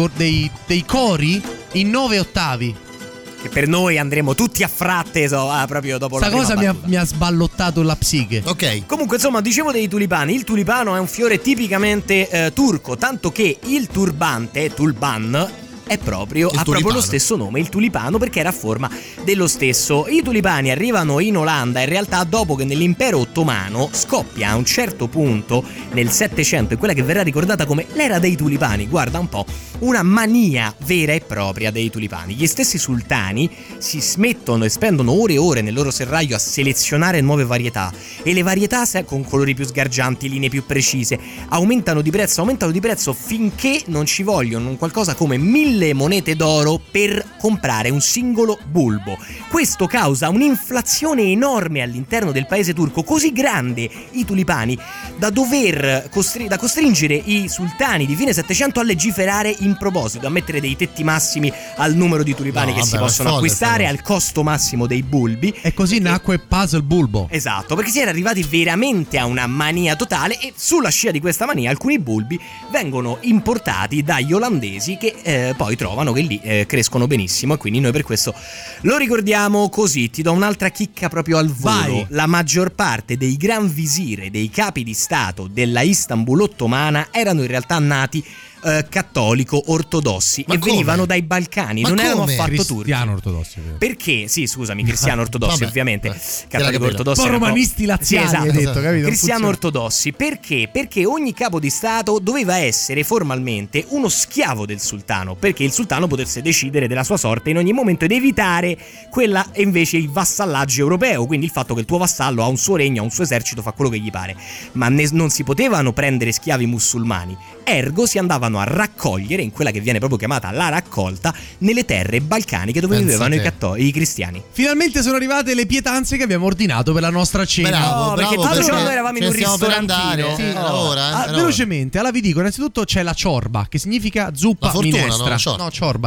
cori in 9 ottavi.
Che per noi andremo tutti a fratte proprio dopo la prima
battuta. Questa cosa mi ha sballottato la psiche.
Ok.
Comunque insomma, dicevo dei tulipani. Il tulipano è un fiore tipicamente turco, tanto che il turbante, tulban, ha proprio lo stesso nome, il tulipano, perché era a forma dello stesso. I tulipani arrivano in Olanda in realtà dopo che nell'impero ottomano scoppia a un certo punto nel 700, in quella che verrà ricordata come l'era dei tulipani, guarda un po', una mania vera e propria dei tulipani. Gli stessi sultani si smettono e spendono ore e ore nel loro serraglio a selezionare nuove varietà, e le varietà con colori più sgargianti, linee più precise, aumentano di prezzo finché non ci vogliono un qualcosa come 1000 monete d'oro per comprare un singolo bulbo. Questo causa un'inflazione enorme all'interno del paese turco, così grande i tulipani da dover costringere i sultani di fine 700 a legiferare in proposito, a mettere dei tetti massimi al numero di tulipani si possono acquistare, al costo massimo dei bulbi.
E così nacque Puzzle Bulbo.
Esatto, perché si era arrivati veramente a una mania totale, e sulla scia di questa mania alcuni bulbi vengono importati dagli olandesi, che poi trovano che lì crescono benissimo, e quindi noi per questo lo ricordiamo così. Ti do un'altra chicca proprio al volo.
Vai.
La maggior parte dei gran visire, dei capi di stato della Istanbul ottomana erano in realtà nati cattolico ortodossi e venivano dai Balcani, non erano affatto turchi.
Cristiano ortodossi.
Perché? Sì, scusami, cristiano ortodossi, ovviamente. Cattolico ortodossi.
Un po' romanisti laziali,
sì, esatto.
Hai detto, capito?
Cristiano ortodossi. Perché? Perché ogni capo di stato doveva essere formalmente uno schiavo del sultano, perché il sultano potesse decidere della sua sorte in ogni momento ed evitare quella invece il vassallaggio europeo, quindi il fatto che il tuo vassallo ha un suo regno, ha un suo esercito, fa quello che gli pare. Ma non si potevano prendere schiavi musulmani, ergo si andavano a raccogliere in quella che viene proprio chiamata la raccolta nelle terre balcaniche dove vivevano i cristiani.
Finalmente sono arrivate le pietanze che abbiamo ordinato per la nostra cena.
Bravo,
perché
bravo,
tutto noi eravamo in un ristorantino.
Sì, ora.
Velocemente, allora vi dico, innanzitutto c'è la ciorba, che significa zuppa minestra. No, ciorba.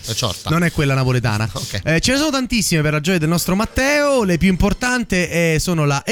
Non è quella napoletana. Okay. Ce ne sono tantissime per la gioia del nostro Matteo. Le più importanti sono la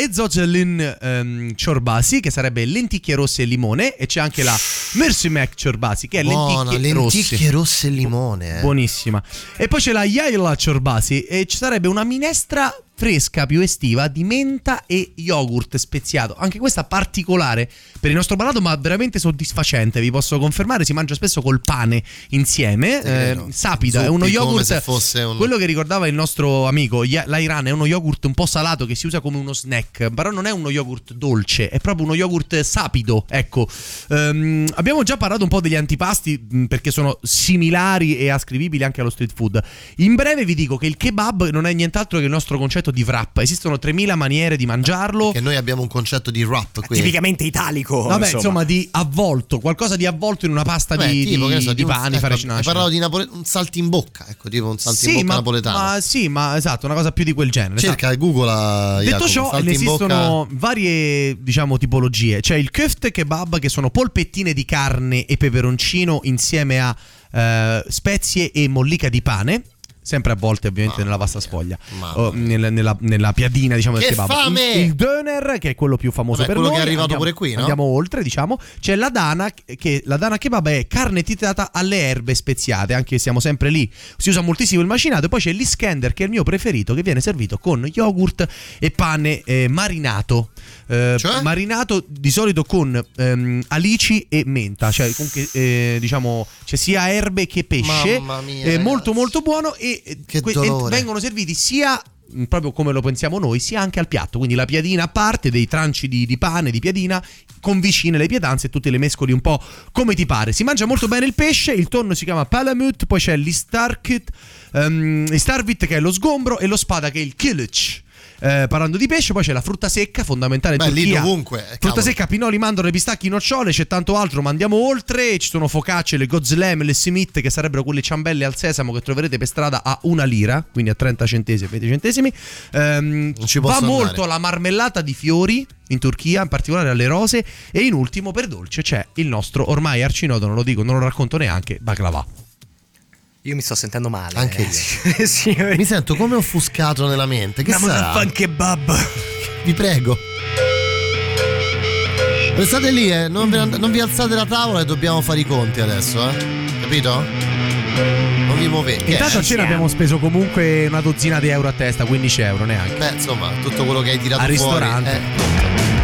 Ezogelin Çorbasi, che sarebbe lenticchie rosse e limone, e c'è anche la Mercimek Çorbasi, che è
lenticchie rosse e limone.
Buonissima. E poi c'è la Yayla Çorbasi, e ci sarebbe una minestra fresca più estiva di menta e yogurt speziato. Anche questa particolare per il nostro palato, ma veramente soddisfacente, vi posso confermare. Si mangia spesso col pane insieme. Sapida, è uno yogurt, quello che ricordava il nostro amico l'Airan, è uno yogurt un po' salato che si usa come uno snack, però non è uno yogurt dolce, è proprio uno yogurt sapido, ecco. Abbiamo già parlato un po' degli antipasti, perché sono similari e ascrivibili anche allo street food. In breve vi dico che il kebab non è nient'altro che il nostro concetto di wrap. Esistono 3000 maniere di mangiarlo.
Che noi abbiamo un concetto di wrap qui,
tipicamente italico.
Vabbè, insomma, di avvolto, qualcosa di avvolto in una pasta di pani farinaci.
Parlavo di un saltimbocca, ecco, tipo un saltimbocca napoletano.
Ma esatto, una cosa più di quel genere.
Cerca, Google.
Detto ciò, ne esistono varie, tipologie. C'è il köfte kebab, che sono polpettine di carne e peperoncino insieme a spezie e mollica di pane, sempre avvolte ovviamente nella pasta sfoglia, nella piadina, del kebab.
Fame!
Il döner, che è quello più famoso per
quello
noi,
che è arrivato pure qui, no?
Andiamo oltre, c'è la dana, che la dana kebab è carne tritata alle erbe speziate, anche siamo sempre lì, si usa moltissimo il macinato. E poi c'è l'Iskender, che è il mio preferito, che viene servito con yogurt e pane marinato.
Cioè?
Marinato di solito con alici e menta, cioè comunque c'è sia erbe che pesce.
Mamma mia,
molto molto buono, e vengono serviti sia proprio come lo pensiamo noi, sia anche al piatto, quindi la piadina a parte, dei tranci di pane, di piadina con vicine le pietanze e tutte le mescoli un po' come ti pare. Si mangia molto bene il pesce, il tonno si chiama palamut, poi c'è l'istarvit che è lo sgombro e lo spada che è il kilic. Parlando di pesce, poi c'è la frutta secca, fondamentale in Turchia.
Lì dovunque,
frutta secca, pinoli, mandorle, pistacchi, nocciole, c'è tanto altro, ma andiamo oltre. Ci sono focacce, le gozlem, le simit, che sarebbero quelle ciambelle al sesamo che troverete per strada a 1 lira, quindi a 30 centesimi, 20 centesimi. Va molto la marmellata di fiori in Turchia, in particolare alle rose. E in ultimo, per dolce, c'è il nostro ormai arcinoto, non lo dico, non lo racconto neanche, baklava.
Io mi sto sentendo male.
Anche io.
Sì,
mi sento come offuscato nella mente. Che sarà?
Fan kebab.
Vi prego. Restate lì, non vi alzate la tavola e dobbiamo fare i conti adesso, capito? Non vi muovete.
Intanto a cena abbiamo speso comunque una dozzina di euro a testa, 15 euro neanche.
Beh, insomma, tutto quello che hai tirato
al
fuori
ristorante.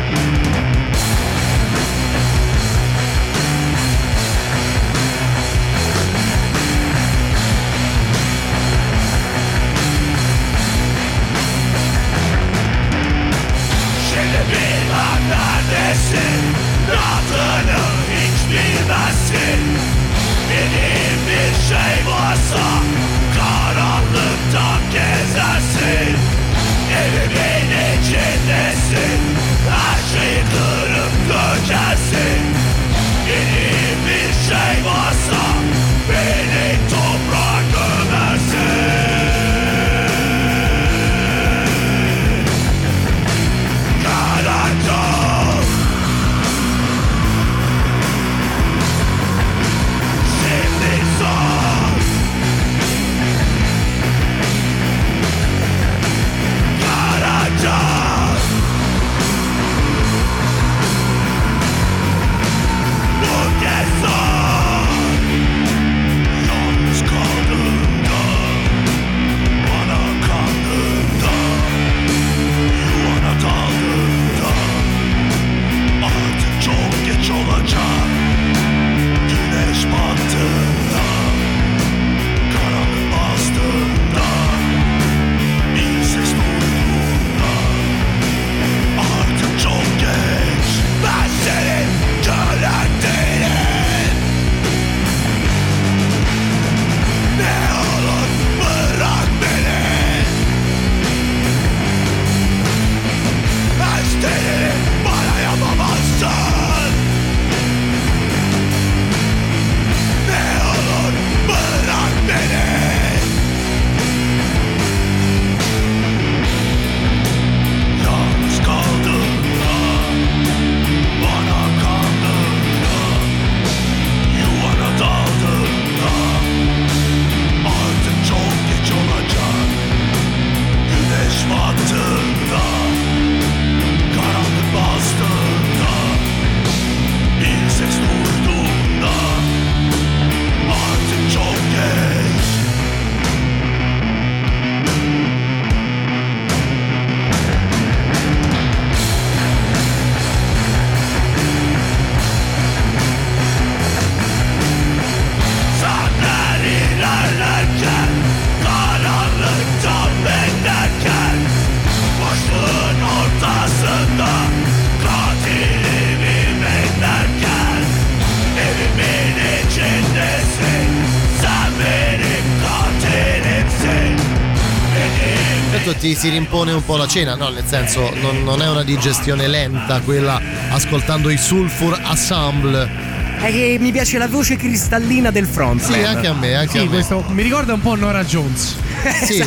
Ti si rimpone un po' la cena, no? Nel senso, non è una digestione lenta quella ascoltando i Sulfur Ensemble.
È che mi piace la voce cristallina del frontman.
Sì, anche a me, anche a me.
Questo mi ricorda un po' Nora Jones.
Sì,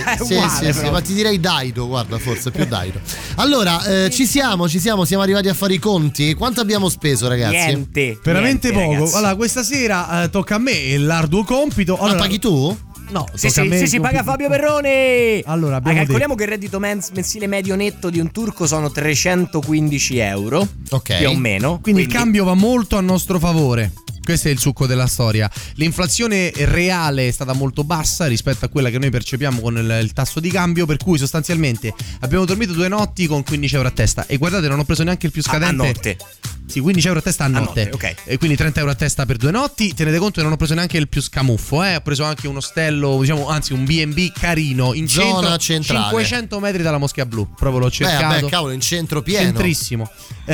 ma ti direi Daido, guarda, forse più Daido. Allora, ci siamo arrivati a fare i conti. Quanto abbiamo speso, ragazzi?
Veramente poco.
Ragazzi.
Allora, questa sera tocca a me l'arduo compito. Allora,
ma paghi tu?
No,
sì, paga Fabio Perrone.
Allora,
calcoliamo che il reddito mensile medio netto di un turco sono 315 euro.
Ok.
Più o meno.
Quindi il cambio va molto a nostro favore. Questo è il succo della storia. L'inflazione reale è stata molto bassa rispetto a quella che noi percepiamo con il tasso di cambio, per cui sostanzialmente abbiamo dormito 2 notti con 15 euro a testa. E guardate, non ho preso neanche il più scadente.
A notte.
Sì, 15 euro a testa a notte.
Ok.
E quindi 30 euro a testa per 2 notti. Tenete conto che non ho preso neanche il più scamuffo, Ho preso anche un ostello, diciamo, anzi un B&B carino in
zona
centro,
centrale,
500 metri dalla Moschea Blu. Proprio l'ho cercato.
Beh, cavolo, in centro pieno.
Centrissimo.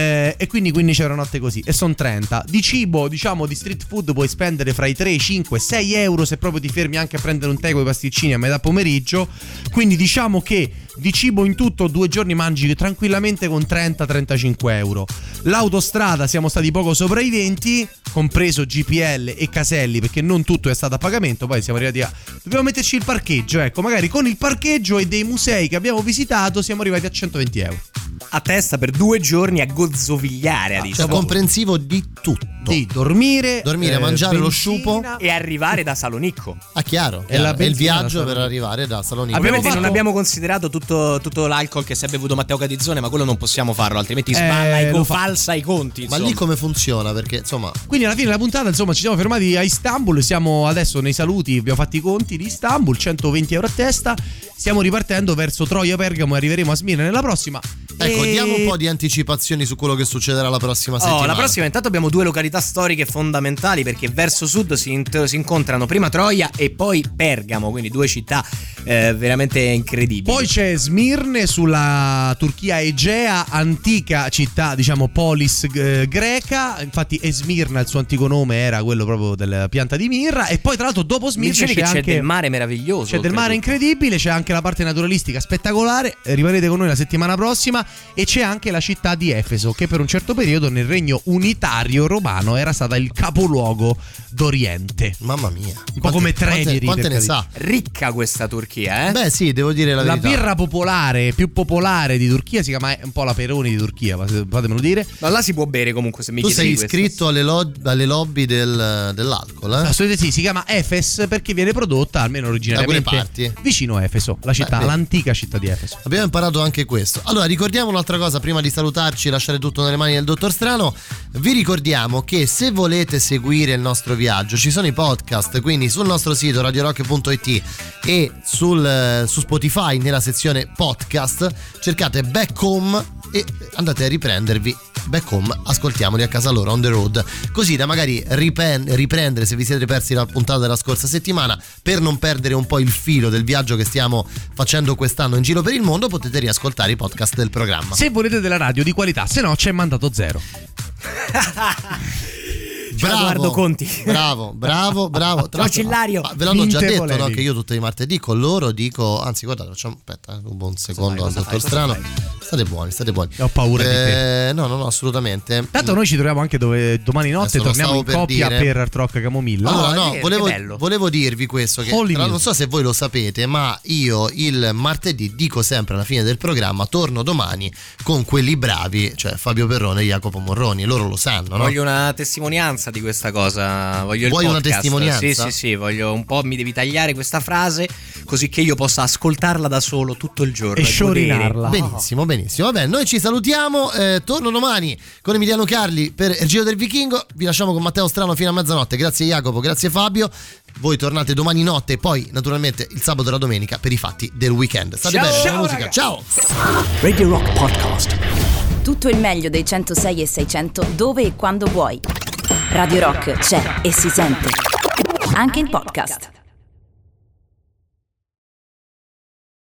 E quindi 15 euro a notte così. E sono 30. Di cibo, diciamo, di street food puoi spendere fra i 3, 5, 6 euro se proprio ti fermi anche a prendere un tè con i pasticcini a metà pomeriggio. Quindi diciamo che di cibo in tutto 2 giorni mangi tranquillamente con 30-35 euro. L'autostrada siamo stati poco sopra i 20, compreso GPL e caselli, perché non tutto è stato a pagamento. Poi siamo arrivati a... dobbiamo metterci il parcheggio, ecco, magari con il parcheggio e dei musei che abbiamo visitato siamo arrivati a 120 euro
a testa per 2 giorni a gozzovigliare,
cioè comprensivo di tutto,
di dormire,
mangiare lo sciupo
e arrivare da Salonicco.
Chiaro, è il viaggio per arrivare da Salonicco.
Ovviamente non abbiamo considerato tutto l'alcol che si è bevuto Matteo Catizzone, ma quello non possiamo farlo, altrimenti sballa falsa i conti, insomma.
Ma lì come funziona? Perché insomma,
quindi alla fine della puntata, insomma, ci siamo fermati a Istanbul. Siamo adesso nei saluti, abbiamo fatto i conti di Istanbul, 120 euro a testa. Stiamo ripartendo verso Troia Bergamo e arriveremo a Smirne nella prossima.
Ecco, diamo un po' di anticipazioni su quello che succederà la prossima settimana.
La prossima, intanto abbiamo 2 località storiche fondamentali, perché verso sud si incontrano prima Troia e poi Bergamo, quindi 2 città veramente incredibili.
Poi c'è Smirne sulla Turchia Egea, antica città, diciamo polis greca. Infatti Smirna, il suo antico nome era quello proprio della pianta di mirra. E poi tra l'altro dopo Smirne
c'è del mare meraviglioso.
C'è del mare incredibile, c'è anche la parte naturalistica spettacolare. Rimanete con noi la settimana prossima. E c'è anche la città di Efeso, che per un certo periodo nel regno unitario romano era stata il capoluogo d'Oriente.
Mamma mia,
un po' come Treviri.
Quante ne sa?
Ricca questa Turchia,
Beh sì, devo dire la verità.
La birra più popolare di Turchia si chiama un po' la Peroni di Turchia, fatemelo dire.
Ma là si può bere comunque, se mi
tu
chiedi.
Tu sei iscritto alle lobby dell'alcol,
Assolutamente sì, si chiama Efes perché viene prodotta, almeno originariamente, vicino Efeso, la città, l'antica città di Efeso.
Abbiamo imparato anche questo. Allora, ricordiamo un'altra cosa prima di salutarci e lasciare tutto nelle mani del Dottor Strano. Vi ricordiamo che se volete seguire il nostro viaggio ci sono i podcast, quindi sul nostro sito radiorock.it e su Spotify nella sezione podcast cercate Back Home e andate a riprendervi Back Home, ascoltiamoli a casa loro on the road, così da magari riprendere se vi siete persi la puntata della scorsa settimana. Per non perdere un po' il filo del viaggio che stiamo facendo quest'anno in giro per il mondo, potete riascoltare i podcast del programma.
Se volete della radio di qualità, se no c'è mandato zero.
Bravo Conti.
Bravo.
Ciao Cillario.
Ve l'hanno già detto, no? Che io tutti i martedì con loro dico, anzi guardate, facciamo, aspetta un buon secondo al Dottor Strano. State buoni.
Ho paura di te.
No, assolutamente.
Tanto noi ci troviamo anche dove domani notte torniamo in coppia per Hard Rock Camomilla.
Allora volevo dirvi questo, che non so se voi lo sapete, ma io il martedì dico sempre alla fine del programma torno domani con quelli bravi, cioè Fabio Perrone e Jacopo Morroni, loro lo sanno, no?
Voglio una testimonianza di questa cosa. Vuoi
una testimonianza?
Sì, voglio un po', mi devi tagliare questa frase così che io possa ascoltarla da solo tutto il giorno
e sciorinarla.
Benissimo. Vabbè, noi ci salutiamo, torno domani con Emiliano Carli per il Giro del Vichingo. Vi lasciamo con Matteo Strano fino a mezzanotte. Grazie Jacopo, grazie Fabio. Voi tornate domani notte e poi naturalmente il sabato e la domenica per i fatti del weekend. State bene, buona musica. Ciao.
Radio Rock Podcast.
Tutto il meglio dei 106 e 600 dove e quando vuoi. Radio Rock c'è e si sente anche in podcast.